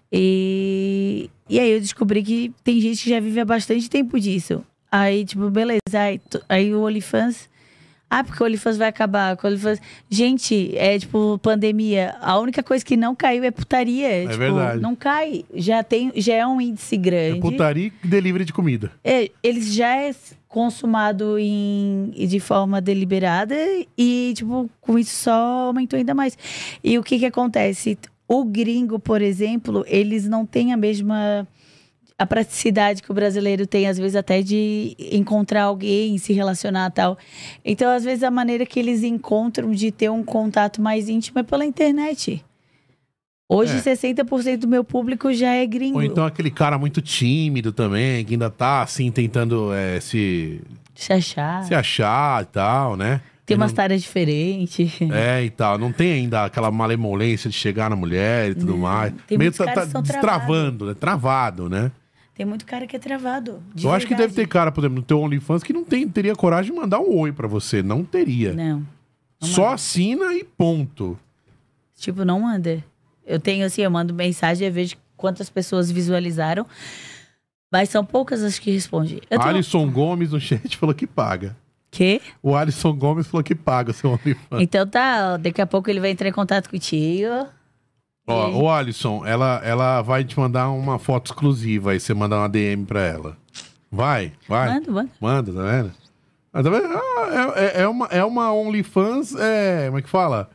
E, e aí eu descobri que tem gente que já vive há bastante tempo disso. Aí, tipo, beleza. Aí, tu- aí o OnlyFans... Ah, porque o OnlyFans vai acabar. que o OnlyFans... Gente, é tipo pandemia. A única coisa que não caiu é putaria. É tipo, verdade. Não cai. Já, tem, já é um índice grande. É putaria e delivery de comida. É, eles já é consumado em, de forma deliberada e, tipo, com isso só aumentou ainda mais. E o que que acontece? O gringo, por exemplo, eles não têm a mesma... a praticidade que o brasileiro tem, às vezes, até de encontrar alguém, se relacionar e tal. Então, às vezes, a maneira que eles encontram de ter um contato mais íntimo é pela internet. Hoje, É. sessenta por cento do meu público já é gringo. Ou então aquele cara muito tímido também, que ainda tá assim, tentando é, se, Se achar. se achar e tal, né? Tem E umas não- tareas diferentes. É, e tal. Não tem ainda aquela malemolência de chegar na mulher e tudo Não. mais. Tem Meio muitos tá, caras tá que são destravando, né? Travado, né? Tem muito cara que é travado. de Eu acho que deve ter verdade. cara, por exemplo, no teu OnlyFans que não tem, teria coragem de mandar um oi pra você. Não teria. Não. não Só manda. assina e ponto. Tipo, não manda. Eu tenho assim, eu mando mensagem e vejo quantas pessoas visualizaram. Mas são poucas as que respondem. Eu tenho... Alisson Gomes no chat falou que paga. Quê? O Alisson Gomes falou que paga o seu OnlyFans. Então tá, ó, daqui a pouco ele vai entrar em contato contigo. Ó, E- o Alisson, ela, ela vai te mandar uma foto exclusiva aí, você mandar uma D M pra ela. Vai, vai. Manda, manda. Manda, tá vendo? Ah, tá vendo? Ah, é, é- é uma, é uma OnlyFans, é, como é que fala?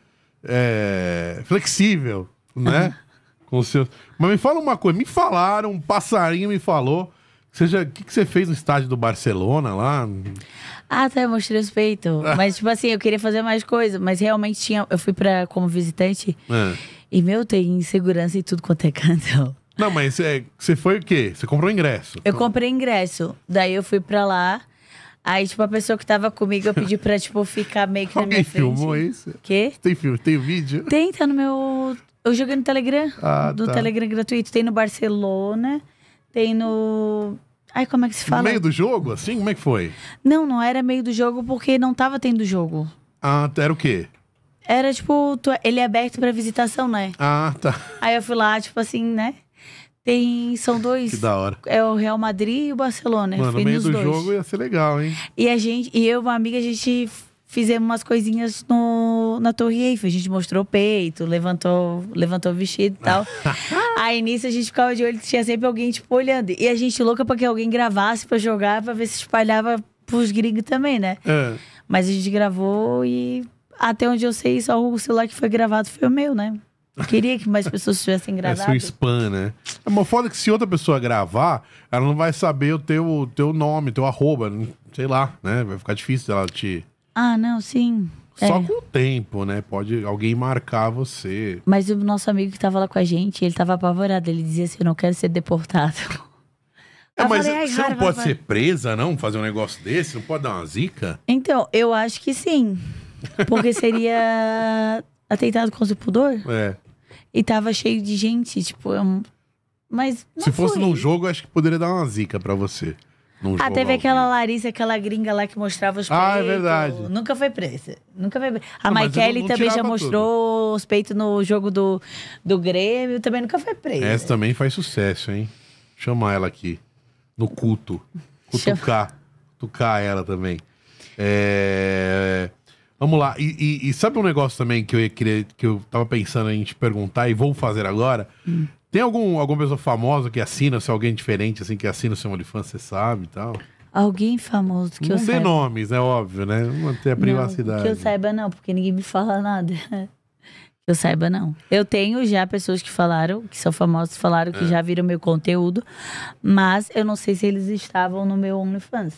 É, flexível, né? Com os seus... Mas me fala uma coisa, me falaram, um passarinho me falou, seja, o que, que você fez no estádio do Barcelona lá? Ah, tá, eu mostrei os peitos. Mas, tipo assim, eu queria fazer mais coisa. Mas realmente tinha. Eu fui pra, como visitante. É. E, meu, tem segurança e tudo quanto é canto. Não, mas é, você foi o quê? Você comprou ingresso? Eu comprei ingresso. Daí eu fui pra lá. Aí, tipo, a pessoa que tava comigo, eu pedi pra, tipo, ficar meio que na Alguém minha frente. filmou isso? Quê? Tem filme, tem vídeo? Tem, tá no meu... Eu joguei no Telegram. Ah, do tá. Telegram gratuito. Tem no Barcelona. Tem no... Ai, como é que se No fala? meio do jogo, assim? Como é que foi? Não, não era meio do jogo porque não tava tendo jogo. Ah, era o quê? Era, tipo... tu- Ele é aberto pra visitação, né? Ah, tá. Aí eu fui lá, tipo assim, né? Tem... São dois... Que da hora. É o Real Madrid e o Barcelona. Eu Mano, fui no meio nos do dois. jogo ia ser legal, hein? E a gente, e eu e uma amiga, a gente fizemos umas coisinhas no, na Torre Eiffel. A gente mostrou o peito, levantou, levantou o vestido e tal. Aí nisso a gente ficava de olho, tinha sempre alguém, tipo, olhando. E a gente louca pra que alguém gravasse pra jogar, pra ver se espalhava pros gringos também, né? É. Mas a gente gravou e até onde eu sei, só o celular que foi gravado foi o meu, né? Eu queria que mais pessoas tivessem É gravado. seu spam, né? É uma foda que se outra pessoa gravar, ela não vai saber o teu, teu nome, teu arroba, sei lá, né? Vai ficar difícil ela te... Ah, não, sim. Só É. com o tempo, né? Pode alguém marcar você. Mas o nosso amigo que tava lá com a gente, ele tava apavorado. Ele dizia assim, eu não quero ser deportado. É, Eu mas falei, ai, você cara, não vai, pode vai. ser presa, não? Fazer um negócio desse? Não pode dar uma zica? Então, eu acho que sim. Porque seria atentado contra o pudor. É. E tava cheio de gente, tipo... é um- Mas não Se fosse foi. num jogo, eu acho que poderia dar uma zica pra você. Num Ah, jogo teve ao aquela vivo. Larissa, aquela gringa lá que mostrava os Ah, é peitos. verdade. Nunca foi presa. Nunca foi presa. A Não, mas eu Maikele não- não também já tirava mostrou os peitos no jogo do, do Grêmio. Também nunca foi presa. Essa também faz sucesso, hein? Chamar ela aqui. No culto. Cutucar. Cutucar ela também. É... Vamos lá. E, e- e sabe um negócio também que eu ia querer, que eu tava pensando em te perguntar e vou fazer agora? Hum. Tem algum, alguma pessoa famosa que assina, se alguém diferente, assim, que assina o seu OnlyFans, você sabe e tal? Alguém famoso que não eu dê saiba. nomes, é óbvio, né? Manter a privacidade. Não, que eu saiba não, porque ninguém me fala nada. Que eu saiba não. Eu tenho já pessoas que falaram, que são famosos, falaram É. que já viram meu conteúdo, mas eu não sei se eles estavam no meu OnlyFans.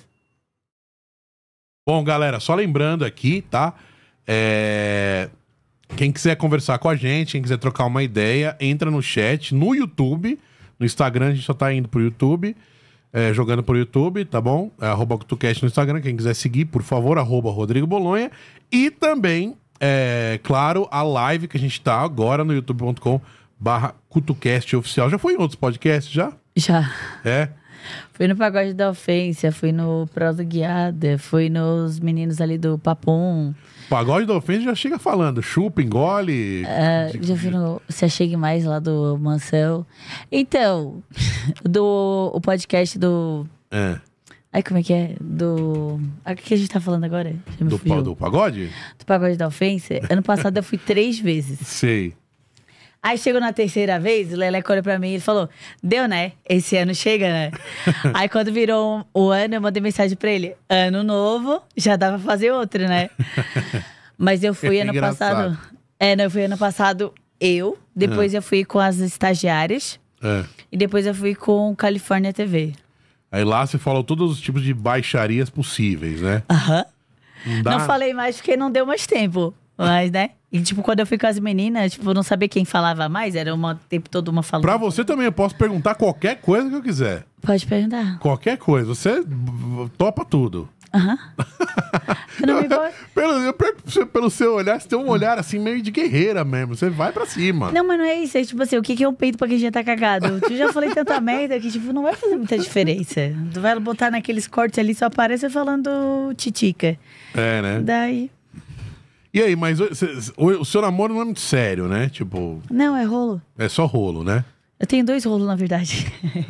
Bom, galera, só lembrando aqui, tá? É... Quem quiser conversar com a gente, quem quiser trocar uma ideia, entra no chat, no YouTube. No Instagram, a gente só tá indo pro YouTube, é, jogando pro YouTube, tá bom? É, arroba CutuCast no Instagram, quem quiser seguir, por favor, arroba Rodrigo Bolonha. E também, é, claro, a live que a gente tá agora no youtube ponto com barra CutuCast oficial. Já foi em outros podcasts, já? Já. É? Fui no Pagode da Ofensa, fui no Prosa Guiada, fui nos meninos ali do Papum. Pagode da Ofensa já chega falando, chupa, engole. É, já fui no Se Achegue Mais lá do Mansell. Então, do o podcast do... É. Ai, como é que é? Do... O que a gente tá falando agora? Já me Do, fugiu. pa- do pagode? Do Pagode da Ofensa. Ano passado eu fui três vezes. Sei. Aí chegou na terceira vez, o Leleco olhou pra mim e falou: deu, né? Esse ano chega, né? Aí quando virou o ano, eu mandei mensagem pra ele: ano novo, já dá pra fazer outro, né? Mas eu fui É ano engraçado. passado. É, não, eu fui ano passado eu, depois eu fui com as estagiárias É. e depois eu fui com Califórnia T V. Aí lá você falou todos os tipos de baixarias possíveis, né? Aham. Não dá. Não falei mais porque não deu mais tempo. Mas, né? E, tipo, quando eu fui com as meninas, tipo, eu não sabia quem falava mais. Era o tempo todo uma falando. Pra você também, eu posso perguntar qualquer coisa que eu quiser. Pode perguntar. Qualquer coisa. Você topa tudo. Aham. Eu não me importo. Pelo, eu, per- pelo seu olhar, você tem um olhar assim meio de guerreira mesmo. Você vai pra cima. Não, mas não é isso. É tipo assim, o que que é um peito pra quem já tá cagado? Tu já falei tanta merda que, tipo, não vai fazer muita diferença. Tu vai botar naqueles cortes ali, só aparece falando titica. É, né? Daí... E aí, mas o, cê- o, o seu namoro não é muito sério, né? Tipo, Não, é rolo. é só rolo, né? Eu tenho dois rolos, na verdade.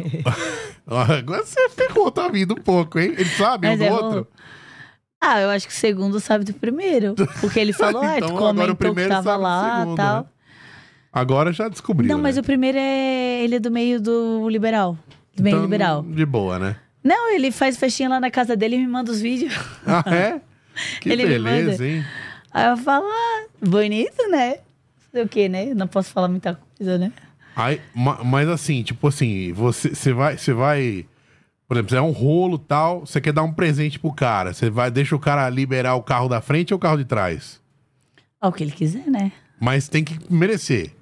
Agora você ferrou a tua vida um pouco, hein? Ele sabe um Mas do é outro? rolo. Ah, eu acho que o segundo sabe do primeiro. Porque ele falou, ah, Então, tu agora o comentou que primeiro tava sabe do lá e segundo, tal. né? Agora já descobriu, Não, mas né? o primeiro é... Ele é do meio do liberal. Do meio Então, liberal. de boa, né? Não, ele faz festinha lá na casa dele e me manda os vídeos. Ah, é? Que Ele me beleza, manda. hein? Aí eu falo, ah, bonito, né? Sei o quê, né? Não posso falar muita coisa, né? Aí, ma- mas assim, tipo assim, você, você vai, você vai, por exemplo, é um rolo tal, você quer dar um presente pro cara, você vai, deixa o cara liberar o carro da frente ou o carro de trás? Ó, o que ele quiser, né? Mas tem que merecer.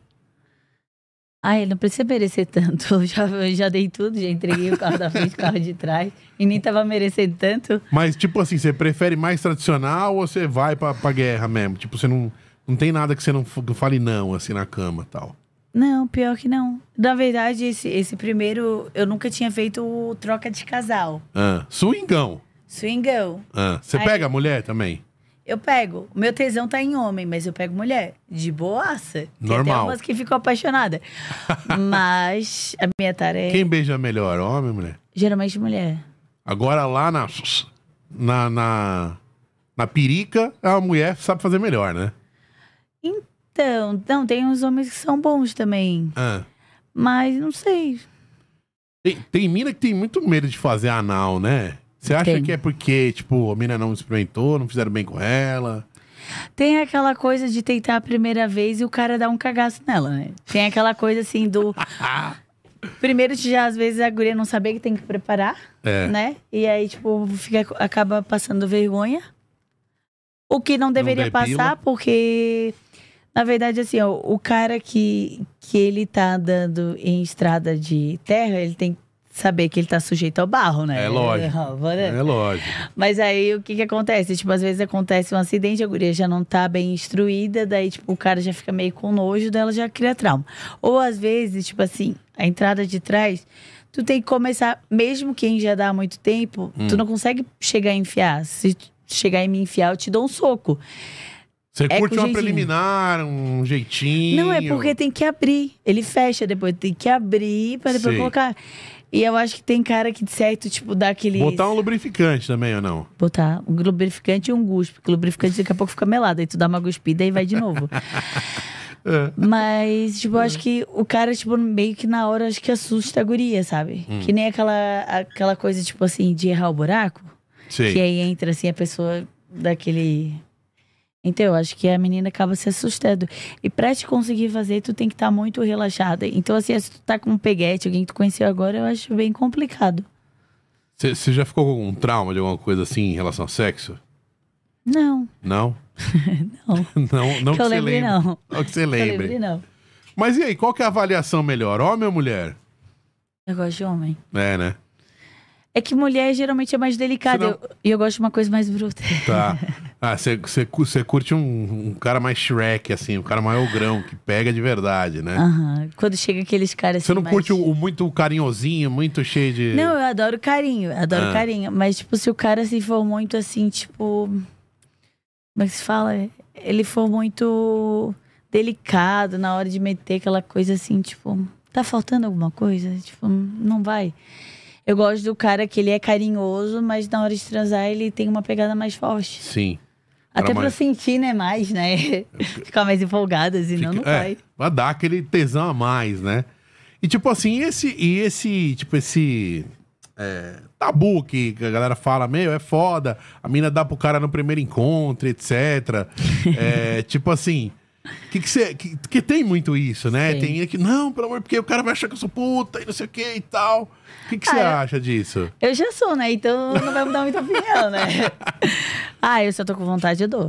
Ah, ele não precisa merecer tanto. Eu já, eu já dei tudo, já entreguei o carro da frente, o carro de trás. E nem tava merecendo tanto. Mas, tipo assim, você prefere mais tradicional ou você vai pra, pra guerra mesmo? Tipo, você não, não tem nada que você não f- fale não, assim, na cama e tal. Não, pior que não. Na verdade, esse, esse primeiro, eu nunca tinha feito o troca de casal. Ah, swingão. Swingão. Ah, você Aí- pega a mulher também? Eu pego. O meu tesão tá em homem, mas eu pego mulher. De boaça. Tem Normal. até umas que ficam apaixonadas. Mas a minha tarefa é Quem beija melhor, homem ou mulher? geralmente mulher. Agora lá na, na, na, na perica, a mulher sabe fazer melhor, né? Então, não, tem uns homens que são bons também. Ah. Mas não sei. Tem, tem mina que tem muito medo de fazer anal, né? Você acha Tem. que é porque, tipo, a mina não experimentou, não fizeram bem com ela? Tem aquela coisa de tentar a primeira vez e o cara dar um cagaço nela, né? Tem aquela coisa assim do. Primeiro, já às vezes a guria não saber que tem que preparar, É. né? E aí, tipo, fica, acaba passando vergonha. O que não deveria depila. passar, porque, na verdade, assim, ó, o cara que, que ele tá dando em estrada de terra, ele tem que saber que ele tá sujeito ao barro, né? É lógico. né? É lógico. Mas aí, o que que acontece? Tipo, às vezes acontece um acidente, a guria já não tá bem instruída, daí, tipo, o cara já fica meio com nojo dela, já cria trauma. Ou, às vezes, tipo assim, a entrada de trás, tu tem que começar, mesmo quem já dá há muito tempo, Hum. tu não consegue chegar a enfiar. Se tu chegar e me enfiar, eu te dou um soco. Você É curte com uma jeitinho. preliminar, um jeitinho. Não, é porque tem que abrir. Ele fecha depois, tem que abrir pra depois Sei. colocar. E eu acho que tem cara que, de certo, tipo, dá aquele... Botar um lubrificante também, ou não? Botar um lubrificante e um guspe. Porque o lubrificante daqui a pouco fica melado. Aí tu dá uma guspida e vai de novo. É. Mas, tipo, eu acho que o cara, tipo, meio que na hora, acho que assusta a guria, sabe? Hum. Que nem aquela, aquela coisa, tipo assim, de errar o buraco. Sei. Que aí entra, assim, a pessoa daquele... Então, eu acho que a menina acaba se assustando. E pra te conseguir fazer, tu tem que estar muito relaxada. Então, assim, se tu tá com um peguete, alguém que tu conheceu agora, eu acho bem complicado. Você você já ficou com algum trauma de alguma coisa assim em relação ao sexo? Não, Não? não. Não, não Que eu você lembre, lembre. não. Não que você Eu lembre. lembrei, não. Mas e aí, qual que é a avaliação melhor, homem ou mulher? Eu gosto de homem. É, né? É que mulher geralmente é mais delicada. Você não- eu- E eu, gosto de uma coisa mais bruta. Tá. Ah, você curte um, um cara mais Shrek, assim, um cara mais ogrão, que pega de verdade, né? Aham. Quando chega aqueles caras assim. Você não mais- curte o, o muito carinhosinho, muito cheio de... Não, eu adoro carinho, eu adoro Ah. carinho. Mas, tipo, se o cara se for muito assim, tipo. Como é que se fala? Ele for muito delicado na hora de meter aquela coisa assim, tipo, tá faltando alguma coisa? Tipo, não vai. Eu gosto do cara que ele é carinhoso, mas na hora de transar ele tem uma pegada mais forte. Sim. Até Cara pra mais- sentir, né, mais, né? Ficar mais empolgada, senão não Fica- é, vai. vai dar aquele tesão a mais, né? E tipo assim, esse, e esse, tipo, esse é, tabu que a galera fala, meu, é foda, a mina dá pro cara no primeiro encontro, etcétera. É, tipo assim, que que você, que, que tem muito isso, né? Sim. Tem mina que, não, pelo amor, porque o cara vai achar que eu sou puta e não sei o que e tal. O que que você Ah, eu- acha disso? Eu já sou, né? Então não vai mudar muita opinião, né? Ah, eu só tô com vontade, eu dou.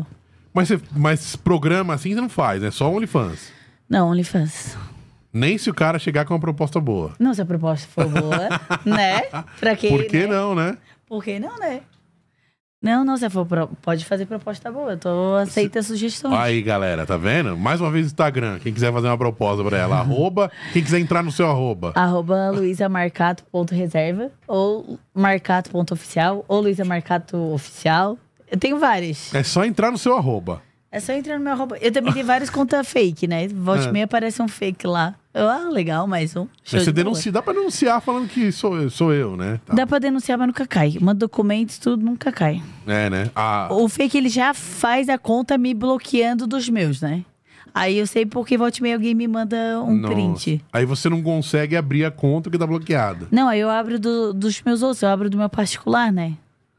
Mas, você, mas programa assim você não faz, né? Só OnlyFans. Não, OnlyFans. Nem se o cara chegar com uma proposta boa. Não, se a proposta for boa, né? Pra quê, Por que né? não, né? Por que não, né? Não, não, se for pro... pode fazer proposta boa. Eu tô aceita sugestões. Aí, galera, tá vendo? Mais uma vez Instagram. Quem quiser fazer uma proposta pra ela, arroba. Quem quiser entrar no seu arroba. Arroba luisamarcato.reserva ou marcato.oficial ou luisamarcato.oficial. Eu tenho várias. É só entrar no seu arroba. É só entrar no meu arroba. Eu também tenho várias contas fake, né? Volte e meia aparece um fake lá. Eu, ah, legal, mais um. Show Você de bola. denuncia, dá pra denunciar falando que sou, eu- sou eu, né? Tá. Dá pra denunciar, mas nunca cai. Manda documentos, tudo nunca cai. É, né? Ah, O fake, ele já faz a conta me bloqueando dos meus, né? Aí eu sei porque volte e meia alguém me manda um nossa. print. Aí você não consegue abrir a conta que tá bloqueada. Não, aí eu abro do- dos meus outros, eu abro do meu particular, né?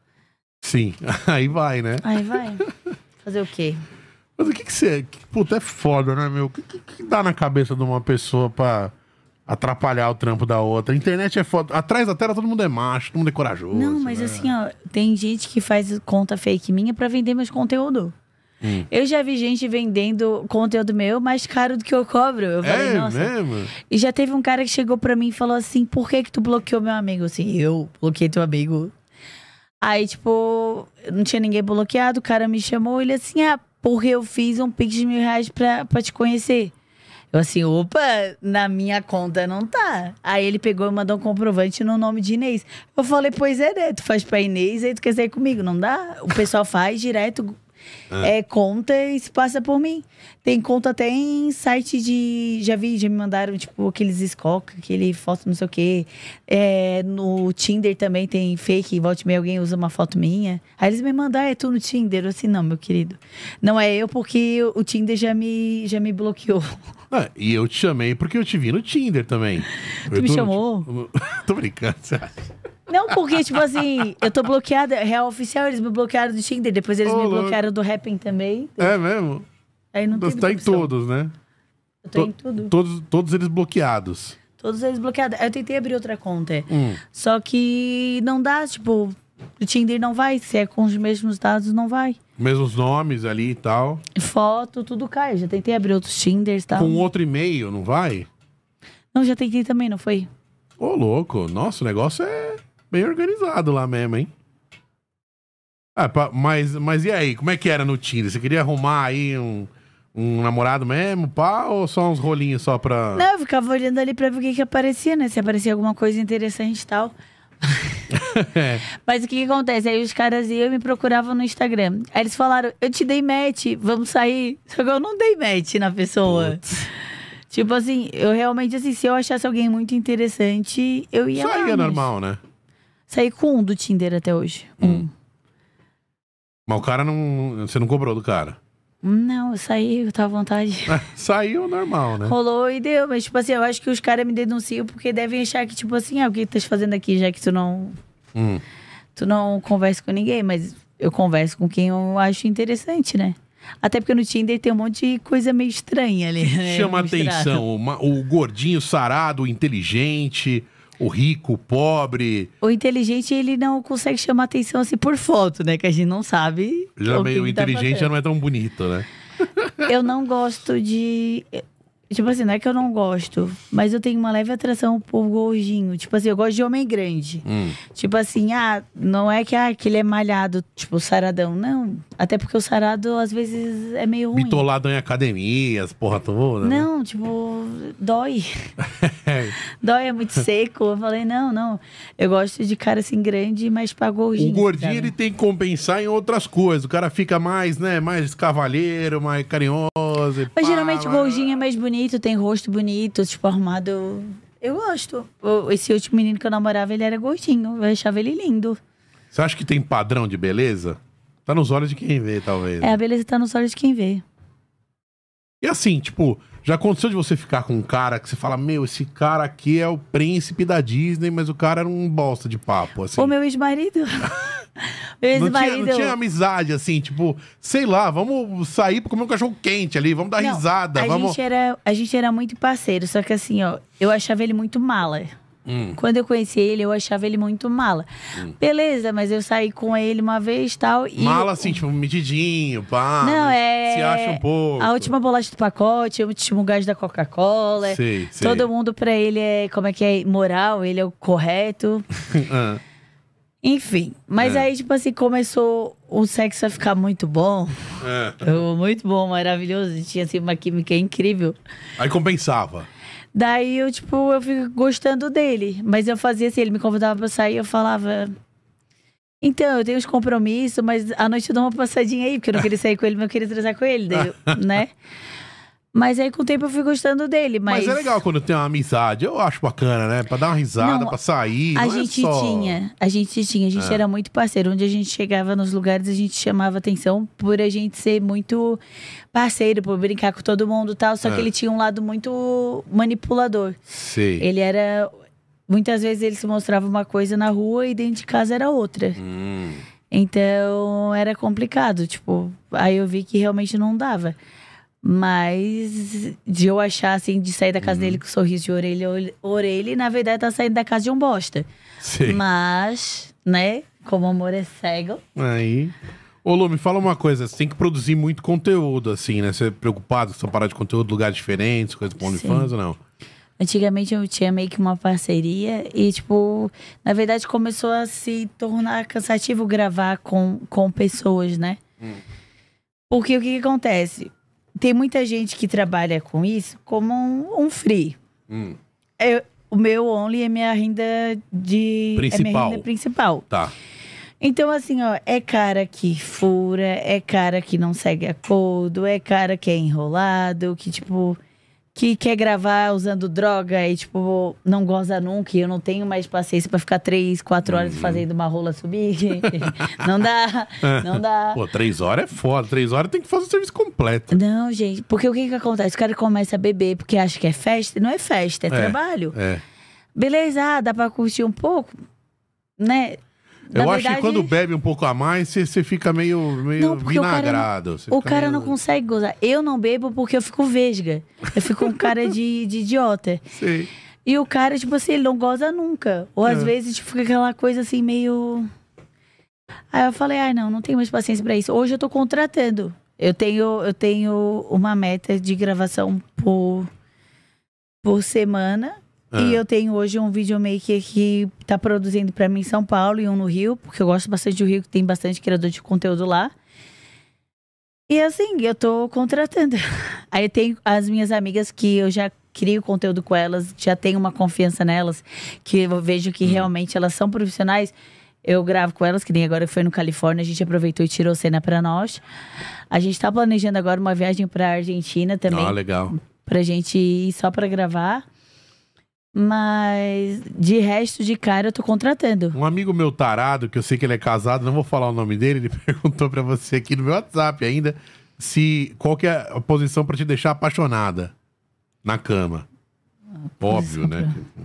Sim, aí vai, né? Aí vai. Fazer o quê? Mas o que que você... que- Puta, é foda, né, meu? O que, que, que dá na cabeça de uma pessoa pra atrapalhar o trampo da outra? A internet é foda. Atrás da tela todo mundo é macho, todo mundo é corajoso. Não, mas né? assim, ó, tem gente que faz conta fake minha pra vender meus conteúdos. Hum. Eu já vi gente vendendo conteúdo meu mais caro do que eu cobro. Eu falei, É nossa. mesmo? E já teve um cara que chegou pra mim e falou assim: por que que tu bloqueou meu amigo? Assim, eu bloqueei teu amigo. Aí, tipo, não tinha ninguém bloqueado, o cara me chamou, ele assim, ah, porque eu fiz um pix de mil reais pra, pra te conhecer. Eu assim, opa, na minha conta não tá. Aí ele pegou e mandou um comprovante no nome de Inês. Eu falei, pois é, né? Tu faz pra Inês, aí tu quer sair comigo, não dá? O pessoal faz direto, é, conta e se passa por mim. Tem conta até em site de... Já vi, já me mandaram, tipo, aqueles Scock, aquele foto não sei o quê. É, no Tinder também tem fake, volta e meia alguém usa uma foto minha. Aí eles me mandaram, é tu no Tinder? Eu assim, não, meu querido. Não é eu, porque o Tinder já me, já me bloqueou. Ah, e eu te chamei porque eu te vi no Tinder também. Tu Eu me tô- chamou? Tô brincando, você acha? Não, porque, tipo assim, eu tô bloqueada, real oficial, eles me bloquearam do Tinder, depois eles Ô, me louco. bloquearam do Rapping também. É mesmo? Aí não tem Você muita tá em opção. todos, né? Eu tô To- em tudo. Todos, todos eles bloqueados. Todos eles bloqueados. Aí eu tentei abrir outra conta. Hum. Só que não dá, tipo, o Tinder não vai. Se é com os mesmos dados, não vai. Mesmos nomes ali e tal. Foto, tudo cai. Já tentei abrir outros Tinders e tal. Com outro e-mail, não vai? Não, já tentei também, não foi? Ô, louco. Nossa, o negócio é bem organizado lá mesmo, hein? Ah, pa- mas, mas e aí? Como é que era no Tinder? Você queria arrumar aí um, um namorado mesmo, pá? Ou só uns rolinhos só pra... Não, eu ficava olhando ali pra ver o que que aparecia, né? Se aparecia alguma coisa interessante e tal. É. Mas o que que acontece? Aí os caras iam e me procuravam no Instagram. Aí eles falaram, eu te dei match, vamos sair. Só que eu não dei match na pessoa. Tipo assim, eu realmente, assim, se eu achasse alguém muito interessante, eu ia Isso aí lá. é mas- normal, né? Saí com um do Tinder até hoje. Um. Mas o cara não... Você não cobrou do cara. Não, eu saí, eu tava à vontade. Saiu normal, né? Rolou e deu, mas tipo assim, eu acho que os caras me denunciam porque devem achar que, tipo assim, ah, o que tu tá fazendo aqui, já que tu não, Hum. tu não conversa com ninguém, mas eu converso com quem eu acho interessante, né? Até porque no Tinder tem um monte de coisa meio estranha ali, né? Chama misturada. atenção. Uma- o gordinho sarado, o inteligente, o rico, o pobre. O inteligente, ele não consegue chamar atenção assim por foto, né? Que a gente não sabe. Já o, meio que que tá inteligente já fazendo. não é tão bonito, né? Eu não gosto de... Tipo assim, não é que eu não gosto, mas eu tenho uma leve atração por gordinho. Tipo assim, eu gosto de homem grande. Hum. Tipo assim, ah, não é que, ah, que ele é malhado, tipo, saradão. Não. Até porque o sarado, às vezes, é meio ruim. Bitolado em academias, porra toda. né? Não, tipo, dói. Dói, é muito seco. Eu falei, não, não. Eu gosto de cara assim grande, mas pra gordinho. O gordinho, sabe? ele tem que compensar em outras coisas. O cara fica mais, né, mais cavalheiro, mais carinhoso. e Mas pá, geralmente o lá. gordinho é mais bonito, tem rosto bonito, tipo, arrumado. Eu gosto. O- Esse último menino que eu namorava, ele era gordinho. Eu achava ele lindo. Você acha que tem padrão de beleza? Tá nos olhos de quem vê, talvez. É, a beleza tá nos olhos de quem vê. E assim, tipo, já aconteceu de você ficar com um cara que você fala, meu, esse cara aqui é o príncipe da Disney, mas o cara era um bosta de papo, assim. O meu ex-marido. meu Não tinha, ex-marido. não tinha amizade, assim, tipo, sei lá, vamos sair pra comer um cachorro quente ali, vamos dar Não, risada, a vamos... gente era A gente era muito parceiro, só que assim, ó, eu achava ele muito mala. Hum. Quando eu conheci ele, eu achava ele muito mala. Hum. Beleza, mas eu saí com ele uma vez tal, e Mala eu- assim, tipo, metidinho, pá. Não, mas é... Se acha um pouco. A última bolacha do pacote, o último gás da Coca-Cola. Sei, sei. Todo mundo pra ele é, como é que é, moral, ele é o correto. Ah, Enfim, mas É. aí, tipo assim, começou o sexo a ficar muito bom. é. Eu, muito bom, maravilhoso. Tinha, assim, uma química incrível. Aí compensava. Daí eu, tipo, eu fico gostando dele. Mas eu fazia assim, ele me convidava pra sair, eu falava... Então, eu tenho uns compromissos, mas à noite eu dou uma passadinha aí, porque eu não queria sair com ele, mas eu queria transar com ele, daí eu- né? Mas aí, com o tempo, eu fui gostando dele, mas... Mas é legal quando tem uma amizade. Eu acho bacana, né? Pra dar uma risada, Não, pra sair. A não gente é só... tinha, a gente tinha, a gente É. era muito parceiro. Onde a gente chegava nos lugares, a gente chamava atenção por a gente ser muito parceiro, por brincar com todo mundo e tal. Só É. que ele tinha um lado muito manipulador. Sei. Ele era... Muitas vezes ele se mostrava uma coisa na rua e dentro de casa era outra. Hum. Então, era complicado, tipo... Aí eu vi que realmente não dava. Mas de eu achar, assim, de sair da casa Uhum. dele com sorriso de orelha a orelha, e na verdade tá saindo da casa de um bosta. Sei. Mas, né, como o amor é cego... Aí. Ô, Lu, me fala uma coisa. Você tem que produzir muito conteúdo, assim, né? Você é preocupado com essa parada de conteúdo, lugares diferentes, coisa com OnlyFans ou não? Antigamente eu tinha meio que uma parceria e, tipo, na verdade começou a se tornar cansativo gravar com, com pessoas, né? Hum. Porque o que, que acontece? Tem muita gente que trabalha com isso como um, um free. Hum. Eu- o meu Only é minha renda de... É minha Principal. renda principal. Tá. Então, assim, ó, é cara que fura, é cara que não segue acordo, é cara que é enrolado, que, tipo, que quer gravar usando droga e, tipo, não goza nunca. E eu não tenho mais paciência pra ficar três, quatro horas fazendo uma rola subir. Não dá, não dá. Pô, três horas é foda. Três horas tem que fazer o serviço completo. Não, gente, porque o que que acontece? O cara começa a beber porque acha que é festa. Não é festa, é, trabalho. É. Beleza, ah, dá pra curtir um pouco, né? Eu Na acho que verdade- quando bebe um pouco a mais, você, você fica meio, meio Não, porque o cara não- vinagrado. Você O fica cara meio- não consegue gozar. Eu não bebo porque eu fico vesga. Eu fico um cara de, de idiota. Sei. E o cara, tipo assim, ele não goza nunca. Ou às É. vezes, tipo, fica aquela coisa assim, meio... Aí eu falei, ai, não, não tenho mais paciência pra isso. Hoje eu tô contratando. Eu tenho, eu tenho uma meta de gravação por, por semana. Ah. E eu tenho hoje um videomaker que tá produzindo pra mim em São Paulo e um no Rio, porque eu gosto bastante do Rio, que tem bastante criador de conteúdo lá. E assim, eu tô contratando. Aí eu tenho as minhas amigas que eu já crio conteúdo com elas, já tenho uma confiança nelas, que eu vejo que realmente elas são profissionais. Eu gravo com elas, que nem agora foi no Califórnia, a gente aproveitou e tirou cena pra nós. A gente tá planejando agora uma viagem pra Argentina também, Ah, legal. pra gente ir só pra gravar. Mas de resto, de cara, eu tô contratando. Um amigo meu tarado, que eu sei que ele é casado, não vou falar o nome dele, ele perguntou pra você aqui no meu WhatsApp ainda, se qual que é a posição pra te deixar apaixonada na cama. Óbvio, né?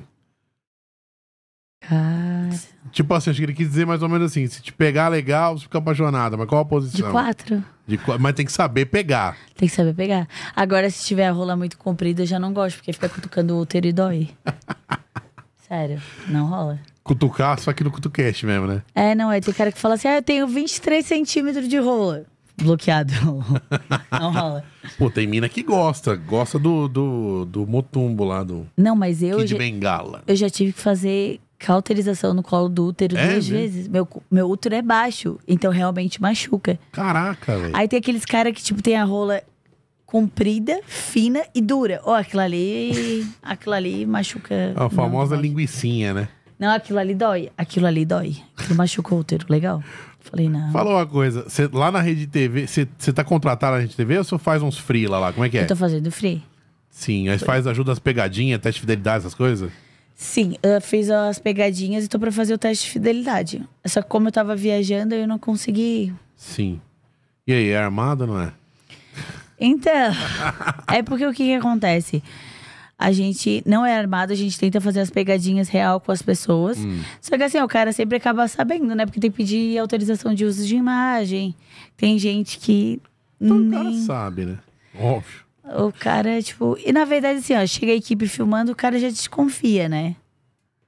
Cara, Tipo assim, acho que ele quis dizer mais ou menos assim, se te pegar legal, você fica apaixonada, mas qual a de posição? quatro. De qua- Mas tem que saber pegar. Tem que saber pegar. Agora, se tiver a rola muito comprida, eu já não gosto, porque fica cutucando o útero e dói. Sério, não rola. Cutucar, só que no cutucast mesmo, né? É, não, é. Tem cara que fala assim, ah, eu tenho vinte e três centímetros de rola. Bloqueado. Não rola. Pô, tem mina que gosta, gosta do, do, do motumbo lá, do Não, mas eu, Kid já, Bengala. eu já tive que fazer cauterização no colo do útero É duas mesmo? vezes. Meu, meu útero é baixo, então realmente machuca. Caraca, velho. Aí tem aqueles caras que, tipo, tem a rola comprida, fina e dura. Ó, aquilo ali. Aquilo ali machuca. A famosa não, linguicinha, né? Não, aquilo ali dói. Aquilo ali dói. Aquilo machuca o útero. Legal. Falei, não. Fala uma coisa, cê- lá na Rede T V, você tá contratado na Rede T V ou você faz uns freela lá? Como é que é? Eu tô fazendo free. Sim, aí faz ajuda as pegadinhas, teste de fidelidade, essas coisas? Sim, eu fiz as pegadinhas e tô pra fazer o teste de fidelidade. Só que como eu tava viajando, eu não consegui. Sim. E aí, é armado ou não é? Então, é porque o que que acontece? A gente não é armado, a gente tenta fazer as pegadinhas real com as pessoas. Hum. Só que assim, o cara sempre acaba sabendo, né? Porque tem que pedir autorização de uso de imagem. Tem gente que Então o cara nem... sabe, né? Óbvio. O cara, tipo... E na verdade, assim, ó, chega a equipe filmando, o cara já desconfia, né?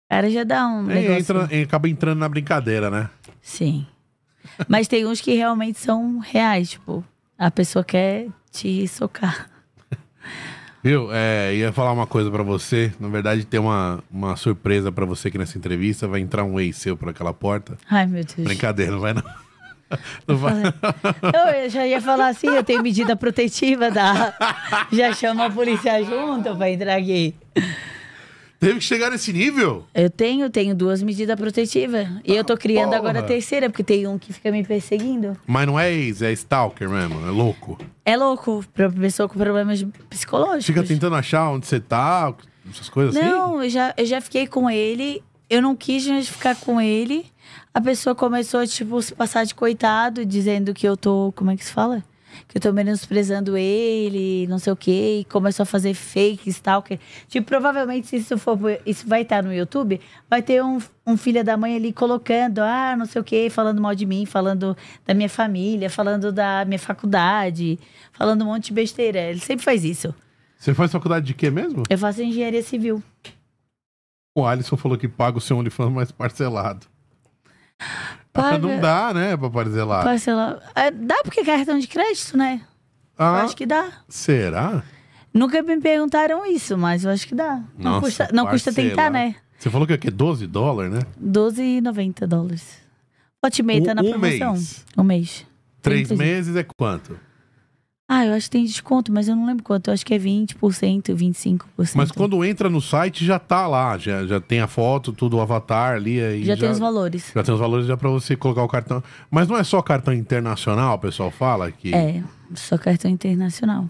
Cara, já dá um É, negócio. entra, acaba entrando na brincadeira, né? Sim. Mas tem uns que realmente são reais, tipo, a pessoa quer te socar. Viu? É, ia falar uma coisa pra você. Na verdade, tem uma, uma surpresa pra você aqui nessa entrevista. Vai entrar um ex seu por aquela porta. Ai, meu Deus. Brincadeira, não vai não. Não vai. Eu já ia falar assim, eu tenho medida protetiva da... Já chama a polícia junto pra entrar aqui. Teve que chegar nesse nível? Eu tenho, tenho duas medidas protetivas. E eu tô criando porra. agora a terceira, porque tem um que fica me perseguindo. Mas não é ex, é stalker mesmo, é louco. É louco, pra pessoa com problemas psicológicos. Fica tentando achar onde você tá, essas coisas assim? Não, eu já, eu já fiquei com ele. Eu não quis mais ficar com ele. A pessoa começou a, tipo, se passar de coitado, dizendo que eu tô... Como é que se fala? Que eu tô menosprezando ele, não sei o quê. E começou a fazer fake, stalker. Tipo, provavelmente, se isso for... Isso vai estar no YouTube, vai ter um, um filho da mãe ali colocando... Ah, não sei o quê, falando mal de mim, falando da minha família, falando da minha faculdade, falando um monte de besteira. Ele sempre faz isso. Você faz faculdade de quê mesmo? Eu faço engenharia civil. O Alisson falou que paga o seu OnlyFans mais parcelado. Paga- Não dá, né, pra parcelar. Parcela... É, dá porque é cartão de crédito, né? Eu Ah, acho que dá. será? Nunca me perguntaram isso, mas eu acho que dá. Não, Nossa, custa, não custa tentar, parcelado. né? Você falou que é o quê? doze dólares, né? doze e noventa dólares. Pote e meia tá Um- na um promoção. mês. Um mês. Três trinta dias. meses é quanto? Ah, eu acho que tem desconto, mas eu não lembro quanto. Eu acho que é vinte por cento, vinte e cinco por cento. Mas quando entra no site já tá lá, já, já tem a foto, tudo, o avatar ali. Aí Já, tem os valores. Já tem os valores já pra você colocar o cartão. Mas não é só cartão internacional, o pessoal fala? Que... É, só cartão internacional.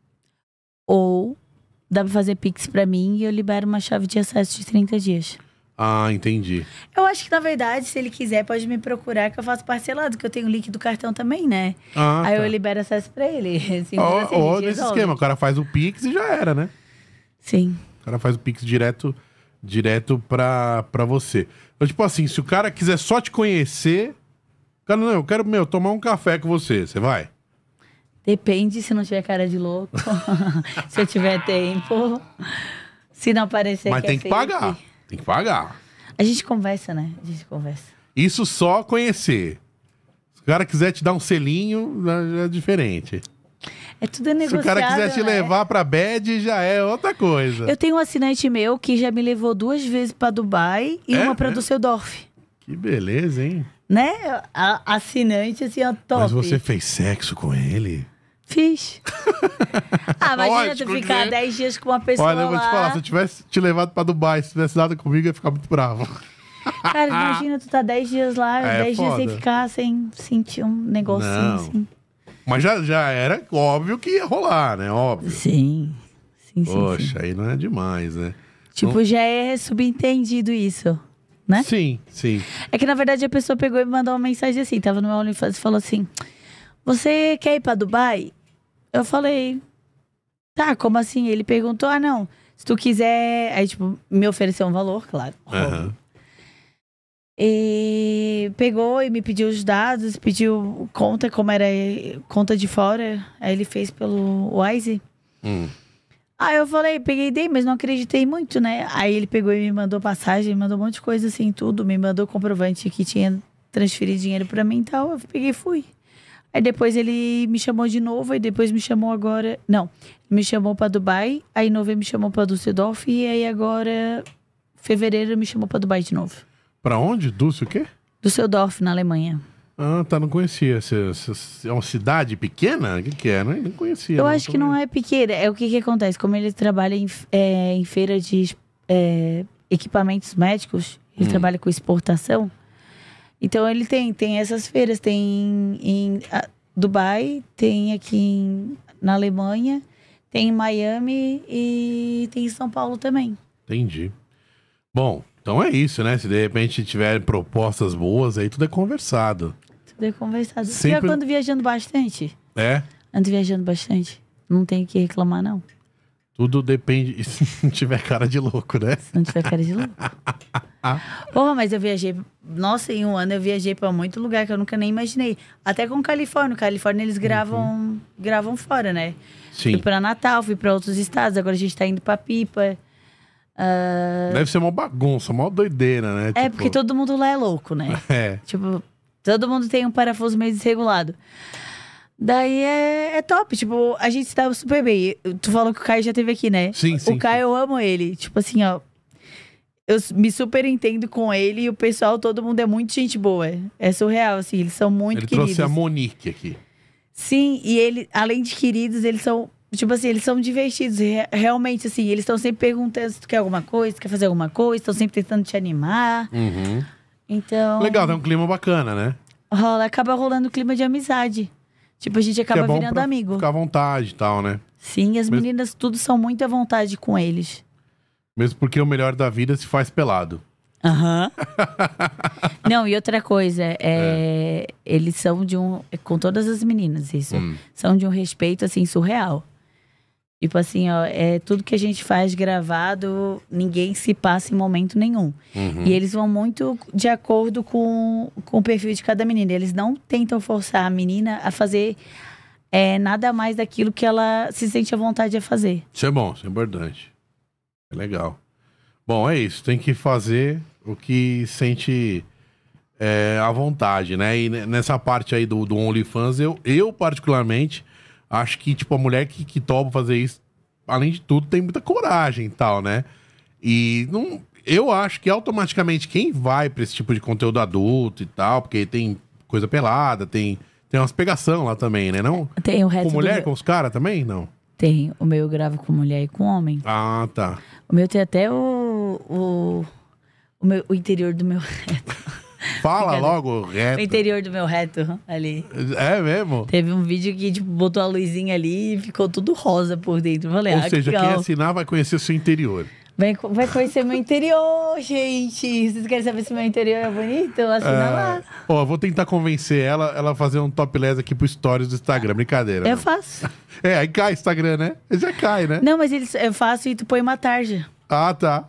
Ou dá pra fazer Pix pra mim e eu libero uma chave de acesso de trinta dias. Ah, entendi. Eu acho que, na verdade, se ele quiser, pode me procurar que eu faço parcelado, que eu tenho o link do cartão também, né? Ah, Aí tá. eu libero acesso pra ele. Simples Ó, assim, ó, a gente nesse resolve. esquema, o cara faz o Pix e já era, né? Sim. O cara faz o Pix direto, direto pra, pra você. Então, tipo assim, se o cara quiser só te conhecer... Cara, não, eu quero, meu, tomar um café com você. Você vai? Depende se não tiver cara de louco. Se eu tiver tempo. Se não parecer Mas que tem é que fake. pagar. Tem que pagar. A gente conversa, né? A gente conversa. Isso só conhecer. Se o cara quiser te dar um selinho, já já é diferente. É tudo Se negociável, o cara quiser te né? levar pra bed, já é outra coisa. Eu tenho um assinante meu que já me levou duas vezes pra Dubai e É? uma pra É? Düsseldorf. Que beleza, hein? Né? A, assinante, assim, ó, top. Mas você fez sexo com ele? Fiz. Ah, imagina Lógico tu que ficar é. dez dias com uma pessoa Olha, eu vou te lá. falar, se eu tivesse te levado pra Dubai, se tivesse dado comigo, eu ia ficar muito bravo. Cara, imagina tu tá dez dias lá, É dez dias sem foda. ficar, sem sentir um negocinho Não. assim. Mas já, já era óbvio que ia rolar, né? Óbvio. Sim. Sim, sim, sim. Poxa, aí não é demais, né? Tipo, já é subentendido isso, né? Sim, sim. É que, na verdade, a pessoa pegou e me mandou uma mensagem assim, tava no meu OnlyFans e falou assim, você quer ir pra Dubai? Eu falei, tá, como assim? Ele perguntou, ah, não, se tu quiser... Aí, tipo, me ofereceu um valor, claro. Aham. E pegou e me pediu os dados, pediu conta, como era conta de fora. Aí ele fez pelo Wise. Hum. Aí eu falei, peguei e dei, mas não acreditei muito, né? Aí ele pegou e me mandou passagem, me mandou um monte de coisa assim, tudo. Me mandou comprovante que tinha transferido dinheiro pra mim e tal. Eu peguei e fui. Aí depois ele me chamou de novo, aí depois me chamou agora... Não, me chamou pra Dubai, aí em novembro me chamou pra Düsseldorf, e aí agora, fevereiro, me chamou pra Dubai de novo. Pra onde? Dulce o quê? Düsseldorf, na Alemanha. Ah, tá, não conhecia. Essa- essa- É uma cidade pequena? O que, que é? Não, não conhecia. Eu acho que não é pequena. É o que que acontece. Como ele trabalha em, é, em feira de é, equipamentos médicos, ele Hum. trabalha com exportação. Então ele tem, tem essas feiras. Tem em, em ah, Dubai, tem aqui em- na Alemanha, tem em Miami e tem em São Paulo também. Entendi. Bom, então é isso, né? Se de repente tiver propostas boas, aí tudo é conversado. Tudo é conversado. Sempre- Pior quando viajando bastante. É? Ando viajando bastante. Não tem o que reclamar, não. Tudo depende. Se não tiver cara de louco, né? Se não tiver cara de louco. Porra, mas eu viajei... Nossa, em um ano eu viajei pra muito lugar que eu nunca nem imaginei. Até com Califórnia. Califórnia eles gravam, gravam fora, né? Sim. Fui pra Natal, fui pra outros estados. Agora a gente tá indo pra Pipa. Ah, Deve ser uma bagunça, uma doideira, né? é, Tipo, porque todo mundo lá é louco, né? É. Tipo, todo mundo tem um parafuso meio desregulado. Daí é, é top, tipo, a gente se dava super bem. Tu falou que o Caio já esteve aqui, né? Sim, sim, O Caio, eu amo ele. Tipo assim, ó. Eu me super entendo com ele e o pessoal, todo mundo é muito gente boa. É surreal, assim, eles são muito Ele queridos. trouxe a Monique aqui. Sim, e ele, além de queridos, eles são, tipo assim, eles são divertidos. Re- Realmente, assim, eles estão sempre perguntando se tu quer alguma coisa, se tu quer fazer alguma coisa, estão sempre tentando te animar. Uhum. Então. Legal, tem um clima bacana, né? Rola, acaba rolando clima de amizade. Tipo, a gente Que acaba é bom virando pra amigo. ficar à vontade e tal, né? Sim, as Mesmo- meninas tudo são muito à vontade com eles. Mesmo porque o melhor da vida se faz pelado. Aham. Não, e outra coisa, é, eles são de um. Com todas as meninas, isso. Hum. São de um respeito, assim, surreal. Tipo assim, ó, é tudo que a gente faz gravado, ninguém se passa em momento nenhum. Uhum. E eles vão muito de acordo com, com o perfil de cada menina. Eles não tentam forçar a menina a fazer é, nada mais daquilo que ela se sente à vontade a fazer. Isso é bom, isso é importante. É legal. Bom, é isso. Tem que fazer o que sente é, à vontade, né? E ne- nessa parte aí do, do OnlyFans, eu, eu particularmente acho que, tipo, a mulher que, que topa fazer isso, além de tudo, tem muita coragem e tal, né? E não, eu acho que automaticamente quem vai pra esse tipo de conteúdo adulto e tal, porque tem coisa pelada, tem, tem umas pegação lá também, né? Não? Tem o resto Com do mulher, meu- com os caras também? Não. Tem. O meu eu gravo com mulher e com homem. Ah, tá. O meu tem até o. O, o, meu, o interior do meu reto. Fala Brincadeira. logo O reto. interior do meu reto ali. É mesmo? Teve um vídeo que, tipo, botou a luzinha ali e ficou tudo rosa por dentro. Eu falei, Ou ah, seja, que quem legal. assinar vai conhecer o seu interior. Vai, co- vai conhecer meu interior, gente. Vocês querem saber se meu interior é bonito? Assina lá. É, ó, vou tentar convencer ela, ela a fazer um topless aqui pro stories do Instagram. Brincadeira. Eu né? faço. É, aí cai Instagram, né? Já cai, né? Não, mas eles, eu faço e tu põe uma tarja. Ah, tá.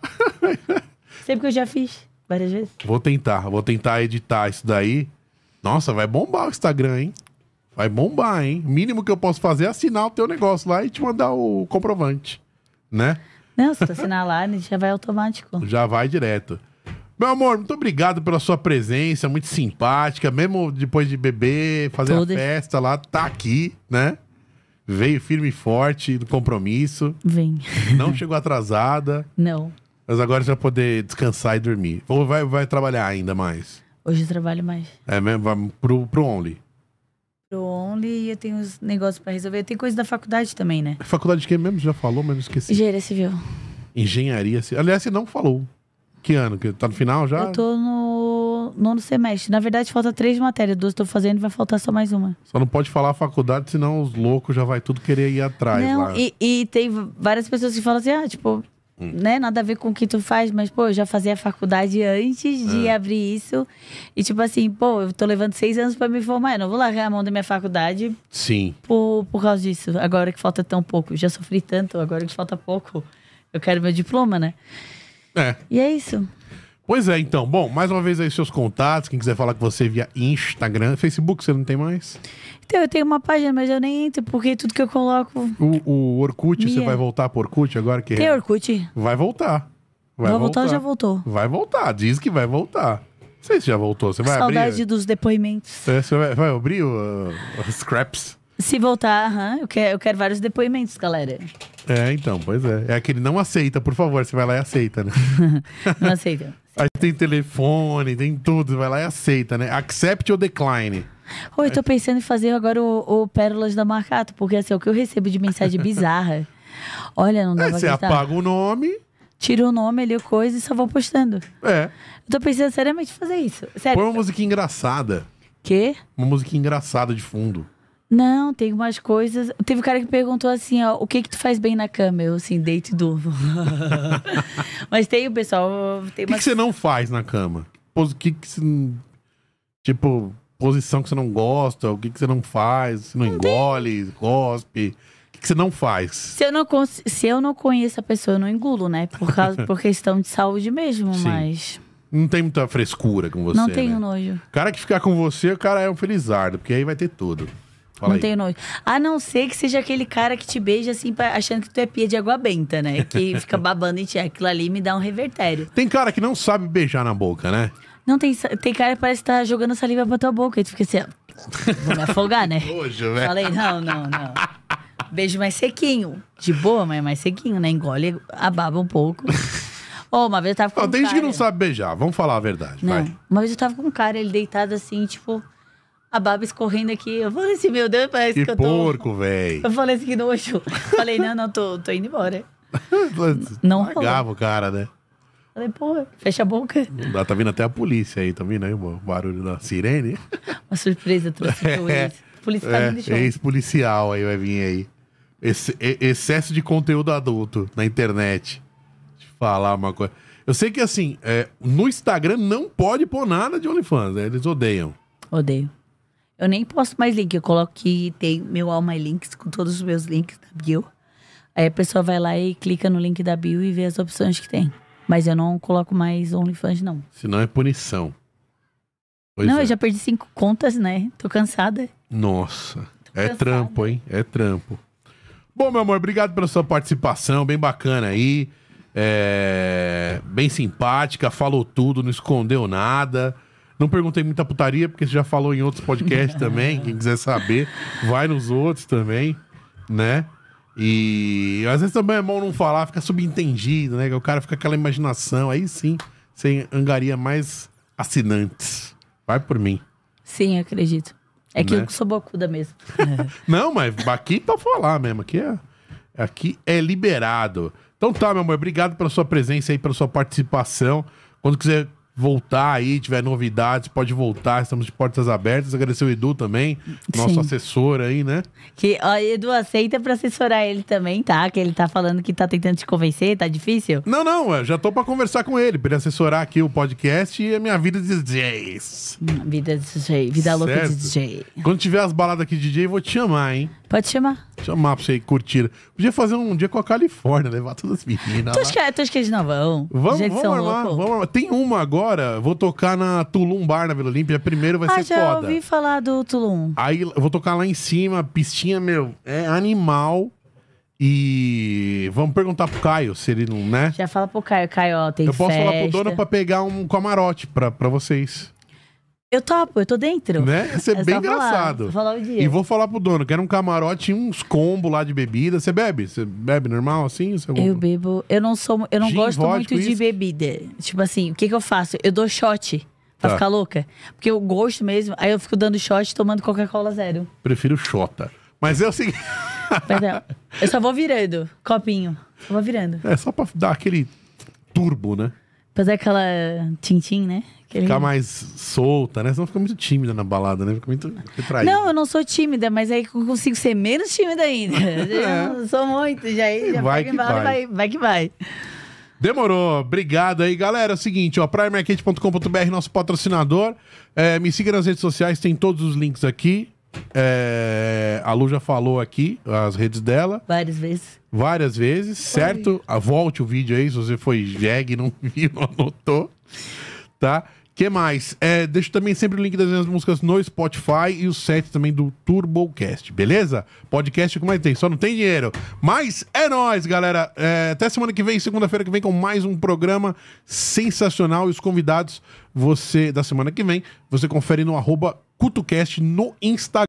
Sempre que eu já fiz. Várias vezes. Vou tentar, vou tentar editar isso daí. Nossa, vai bombar o Instagram, hein? Vai bombar, hein? O mínimo que eu posso fazer é assinar o teu negócio lá e te mandar o comprovante, né? Não, se tu assinar lá, já vai automático. Já vai direto. Meu amor, muito obrigado pela sua presença, muito simpática, mesmo depois de beber, fazer Todas. a festa lá, tá aqui, né? Veio firme e forte do compromisso, Vem. não chegou atrasada, Não. mas agora você vai poder descansar e dormir. Ou vai, vai trabalhar ainda mais? Hoje eu trabalho mais. É mesmo? Vai pro, pro Only. Pro Only e eu tenho uns negócios pra resolver. Tem coisa da faculdade também, né? Faculdade de quem mesmo? Já falou, mas não esqueci. Engenharia civil. Engenharia. ci- Aliás, você não falou. Que ano? Que tá no final já? Eu tô no nono semestre. Na verdade, falta três matérias. Duas eu tô fazendo e vai faltar só mais uma. Só não pode falar faculdade, senão os loucos já vai tudo querer ir atrás Não, lá. e, e tem várias pessoas que falam assim, ah, tipo, Hum. né, nada a ver com o que tu faz, mas, pô, eu já fazia a faculdade antes de Ah. abrir isso. E, tipo assim, pô, eu tô levando seis anos pra me formar. Eu não vou largar a mão da minha faculdade Sim. por, por causa disso. Agora que falta tão pouco. Eu já sofri tanto, agora que falta pouco. Eu quero meu diploma, né? É. E é isso. Pois é, então. Bom, mais uma vez aí seus contatos. Quem quiser falar com você via Instagram. Facebook você não tem mais? Então, eu tenho uma página, mas eu nem entro, porque tudo que eu coloco... O, o Orkut, você Minha. vai voltar pro Orkut agora? Que Tem Orkut? Vai voltar. Vai Vai voltar ou já voltou? Vai voltar. Diz que vai voltar. Não sei se já voltou. Você vai Saudade abrir? dos depoimentos. É, Você vai, vai abrir o, uh, os scraps? Se voltar, aham, eu, quero, eu quero vários depoimentos, galera. É, então, pois é. É aquele não aceita, por favor. Você vai lá e aceita, né? Não aceito. Aí tem telefone, tem tudo. Você vai lá e aceita, né? Accept ou decline. Oi, eu tô pensando em fazer agora o, o Pérolas da Marcato, porque assim, o que eu recebo de mensagem bizarra. Olha, não dá Aí pra você acreditar. apaga o nome. Tira o nome ali, coisa, e só vou postando. É. Eu tô pensando seriamente em fazer isso. Sério. Põe uma musiquinha engraçada. Quê? Uma musiquinha engraçada de fundo. Não, tem umas coisas. Teve um cara que perguntou assim, ó, o que que tu faz bem na cama? Eu, assim, deito e durmo. Mas tem o pessoal, tem O que, umas... que você não faz na cama? O que, que você. Tipo, posição que você não gosta, o que, que você não faz? Você não engole, cospe. O que, que você não faz? Se eu, não cons- se eu não conheço a pessoa, eu não engulo, né? Por, causa, por questão de saúde mesmo, Sim. mas... Não tem muita frescura com você. não tenho né? nojo. O cara que ficar com você, o cara é um felizardo, porque aí vai ter tudo. Fala não aí. tenho nojo. A não ser que seja aquele cara que te beija assim, pra- achando que tu é pia de água benta, né? Que fica babando em ti. Aquilo ali me dá um revertério. Tem cara que não sabe beijar na boca, né? Não, tem, sa- tem cara que parece que tá jogando saliva pra tua boca. E tu fica assim, ó, vou me afogar, né? Nojo, velho. Falei, não, não, não. Beijo mais sequinho. De boa, mas mais sequinho, né? Engole a baba um pouco. Ô, uma vez eu tava com Ó, um tem gente cara... que não sabe beijar, vamos falar a verdade, Não, vai. uma vez eu tava com um cara, ele deitado assim, tipo... A baba escorrendo aqui. Eu falei assim, meu Deus, parece que, Que eu tô... porco, velho. Eu falei assim, que nojo. Falei, não, não, tô, tô indo embora. Não rolou. Pagava o cara, né? Falei, porra, fecha a boca. Não dá, tá vindo até a polícia aí, tá vindo aí o barulho da sirene? Uma surpresa, trouxe pro ex. A polícia tá É, me deixando. ex-policial aí vai vir aí. Esse, e- excesso de conteúdo adulto na internet. Deixa eu falar uma coisa. Eu sei que assim, é, no Instagram não pode pôr nada de OnlyFans, né? Eles odeiam. Odeio. Eu nem posto mais link. Eu coloco que tem meu All My Links com todos os meus links da bio. Aí a pessoa vai lá e clica no link da bio e vê as opções que tem. Mas eu não coloco mais OnlyFans, não. Senão é punição. Pois não, é. eu já perdi cinco contas, né? Tô cansada. Nossa, é cansada. trampo, hein? É trampo. Bom, meu amor, obrigado pela sua participação, bem bacana aí. É, bem simpática, falou tudo, não escondeu nada. Não perguntei muita putaria, porque você já falou em outros podcasts também. Quem quiser saber, vai nos outros também, né? E às vezes também é bom não falar, fica subentendido, né? Que o cara fica com aquela imaginação. Aí sim, você angaria mais assinantes. Vai por mim. Sim, eu acredito. É que Né? eu sou bocuda mesmo. Não, mas aqui pra falar mesmo. Aqui é, aqui é liberado. Então tá, meu amor. Obrigado pela sua presença aí, pela sua participação. Quando quiser voltar aí, tiver novidades, pode voltar. Estamos de portas abertas. Agradecer o Edu também, nosso Sim. assessor aí, né? Que ó, Edu aceita pra assessorar ele também, tá? Que ele tá falando que tá tentando te convencer, tá difícil? Não, não, eu já tô pra conversar com ele, pra ele assessorar aqui o podcast e a minha vida de D Js. Hum, Vida de D J, vida louca Certo. de D J. Quando tiver as baladas aqui de D J, eu vou te chamar, hein? Pode chamar. Chamar pra você ir curtir. Podia fazer um dia com a Califórnia, levar todas as meninas Tu lá. acha que, tu acha que eles não vão? Vamos, Gente, vamos são armar, loucos. vamos armar. Tem uma agora, vou tocar na Tulum Bar, na Vila Olímpia. Primeiro vai Ah, ser já foda. ouvi falar do Tulum. Aí eu vou tocar lá em cima, pistinha, meu, é animal. E vamos perguntar pro Caio se ele não, né? Já fala pro Caio, Caio, ó, tem Eu posso festa. falar pro dono pra pegar um camarote pra, pra vocês. Eu topo, eu tô dentro. Né? Ia ser É bem só falar, engraçado. só falar o dia. E vou falar pro dono, quero um camarote e uns combos lá de bebida. Você bebe? Você bebe normal assim? Você Eu bebo, eu não sou, eu não Gin, gosto vodka, muito de uísque? bebida. Tipo assim, o que que eu faço? Eu dou shot pra Tá. ficar louca. Porque eu gosto mesmo, aí eu fico dando shot tomando Coca-Cola zero. Prefiro Xota. Mas é o seguinte... Perdão. Eu só vou virando, copinho. Só vou virando. É só pra dar aquele turbo, né? Fazer aquela tintim, né? Aquele... Ficar mais solta, né? Senão fica muito tímida na balada, né? Fica muito retraída. Não, eu não sou tímida, mas aí eu consigo ser menos tímida ainda. Eu não sou muito, já, aí já Vai pega que embala e vai. vai, vai que vai. Demorou. Obrigado aí, galera. É o seguinte, ó, primearcade ponto com ponto b r, nosso patrocinador. É, me siga nas redes sociais, tem todos os links aqui. É, a Lu já falou aqui, as redes dela, Várias vezes. várias vezes, certo? Ah, volte o vídeo aí, se você foi jegue e não viu, não anotou. Tá? Que mais? É, deixo também sempre o link das minhas músicas no Spotify e o set também do TurboCast, beleza? Podcast como é que tem? Só não tem dinheiro. Mas é nóis, galera. É, até semana que vem, segunda-feira que vem, com mais um programa sensacional. E os convidados, você, da semana que vem, você confere no arroba CutoCast no Instagram.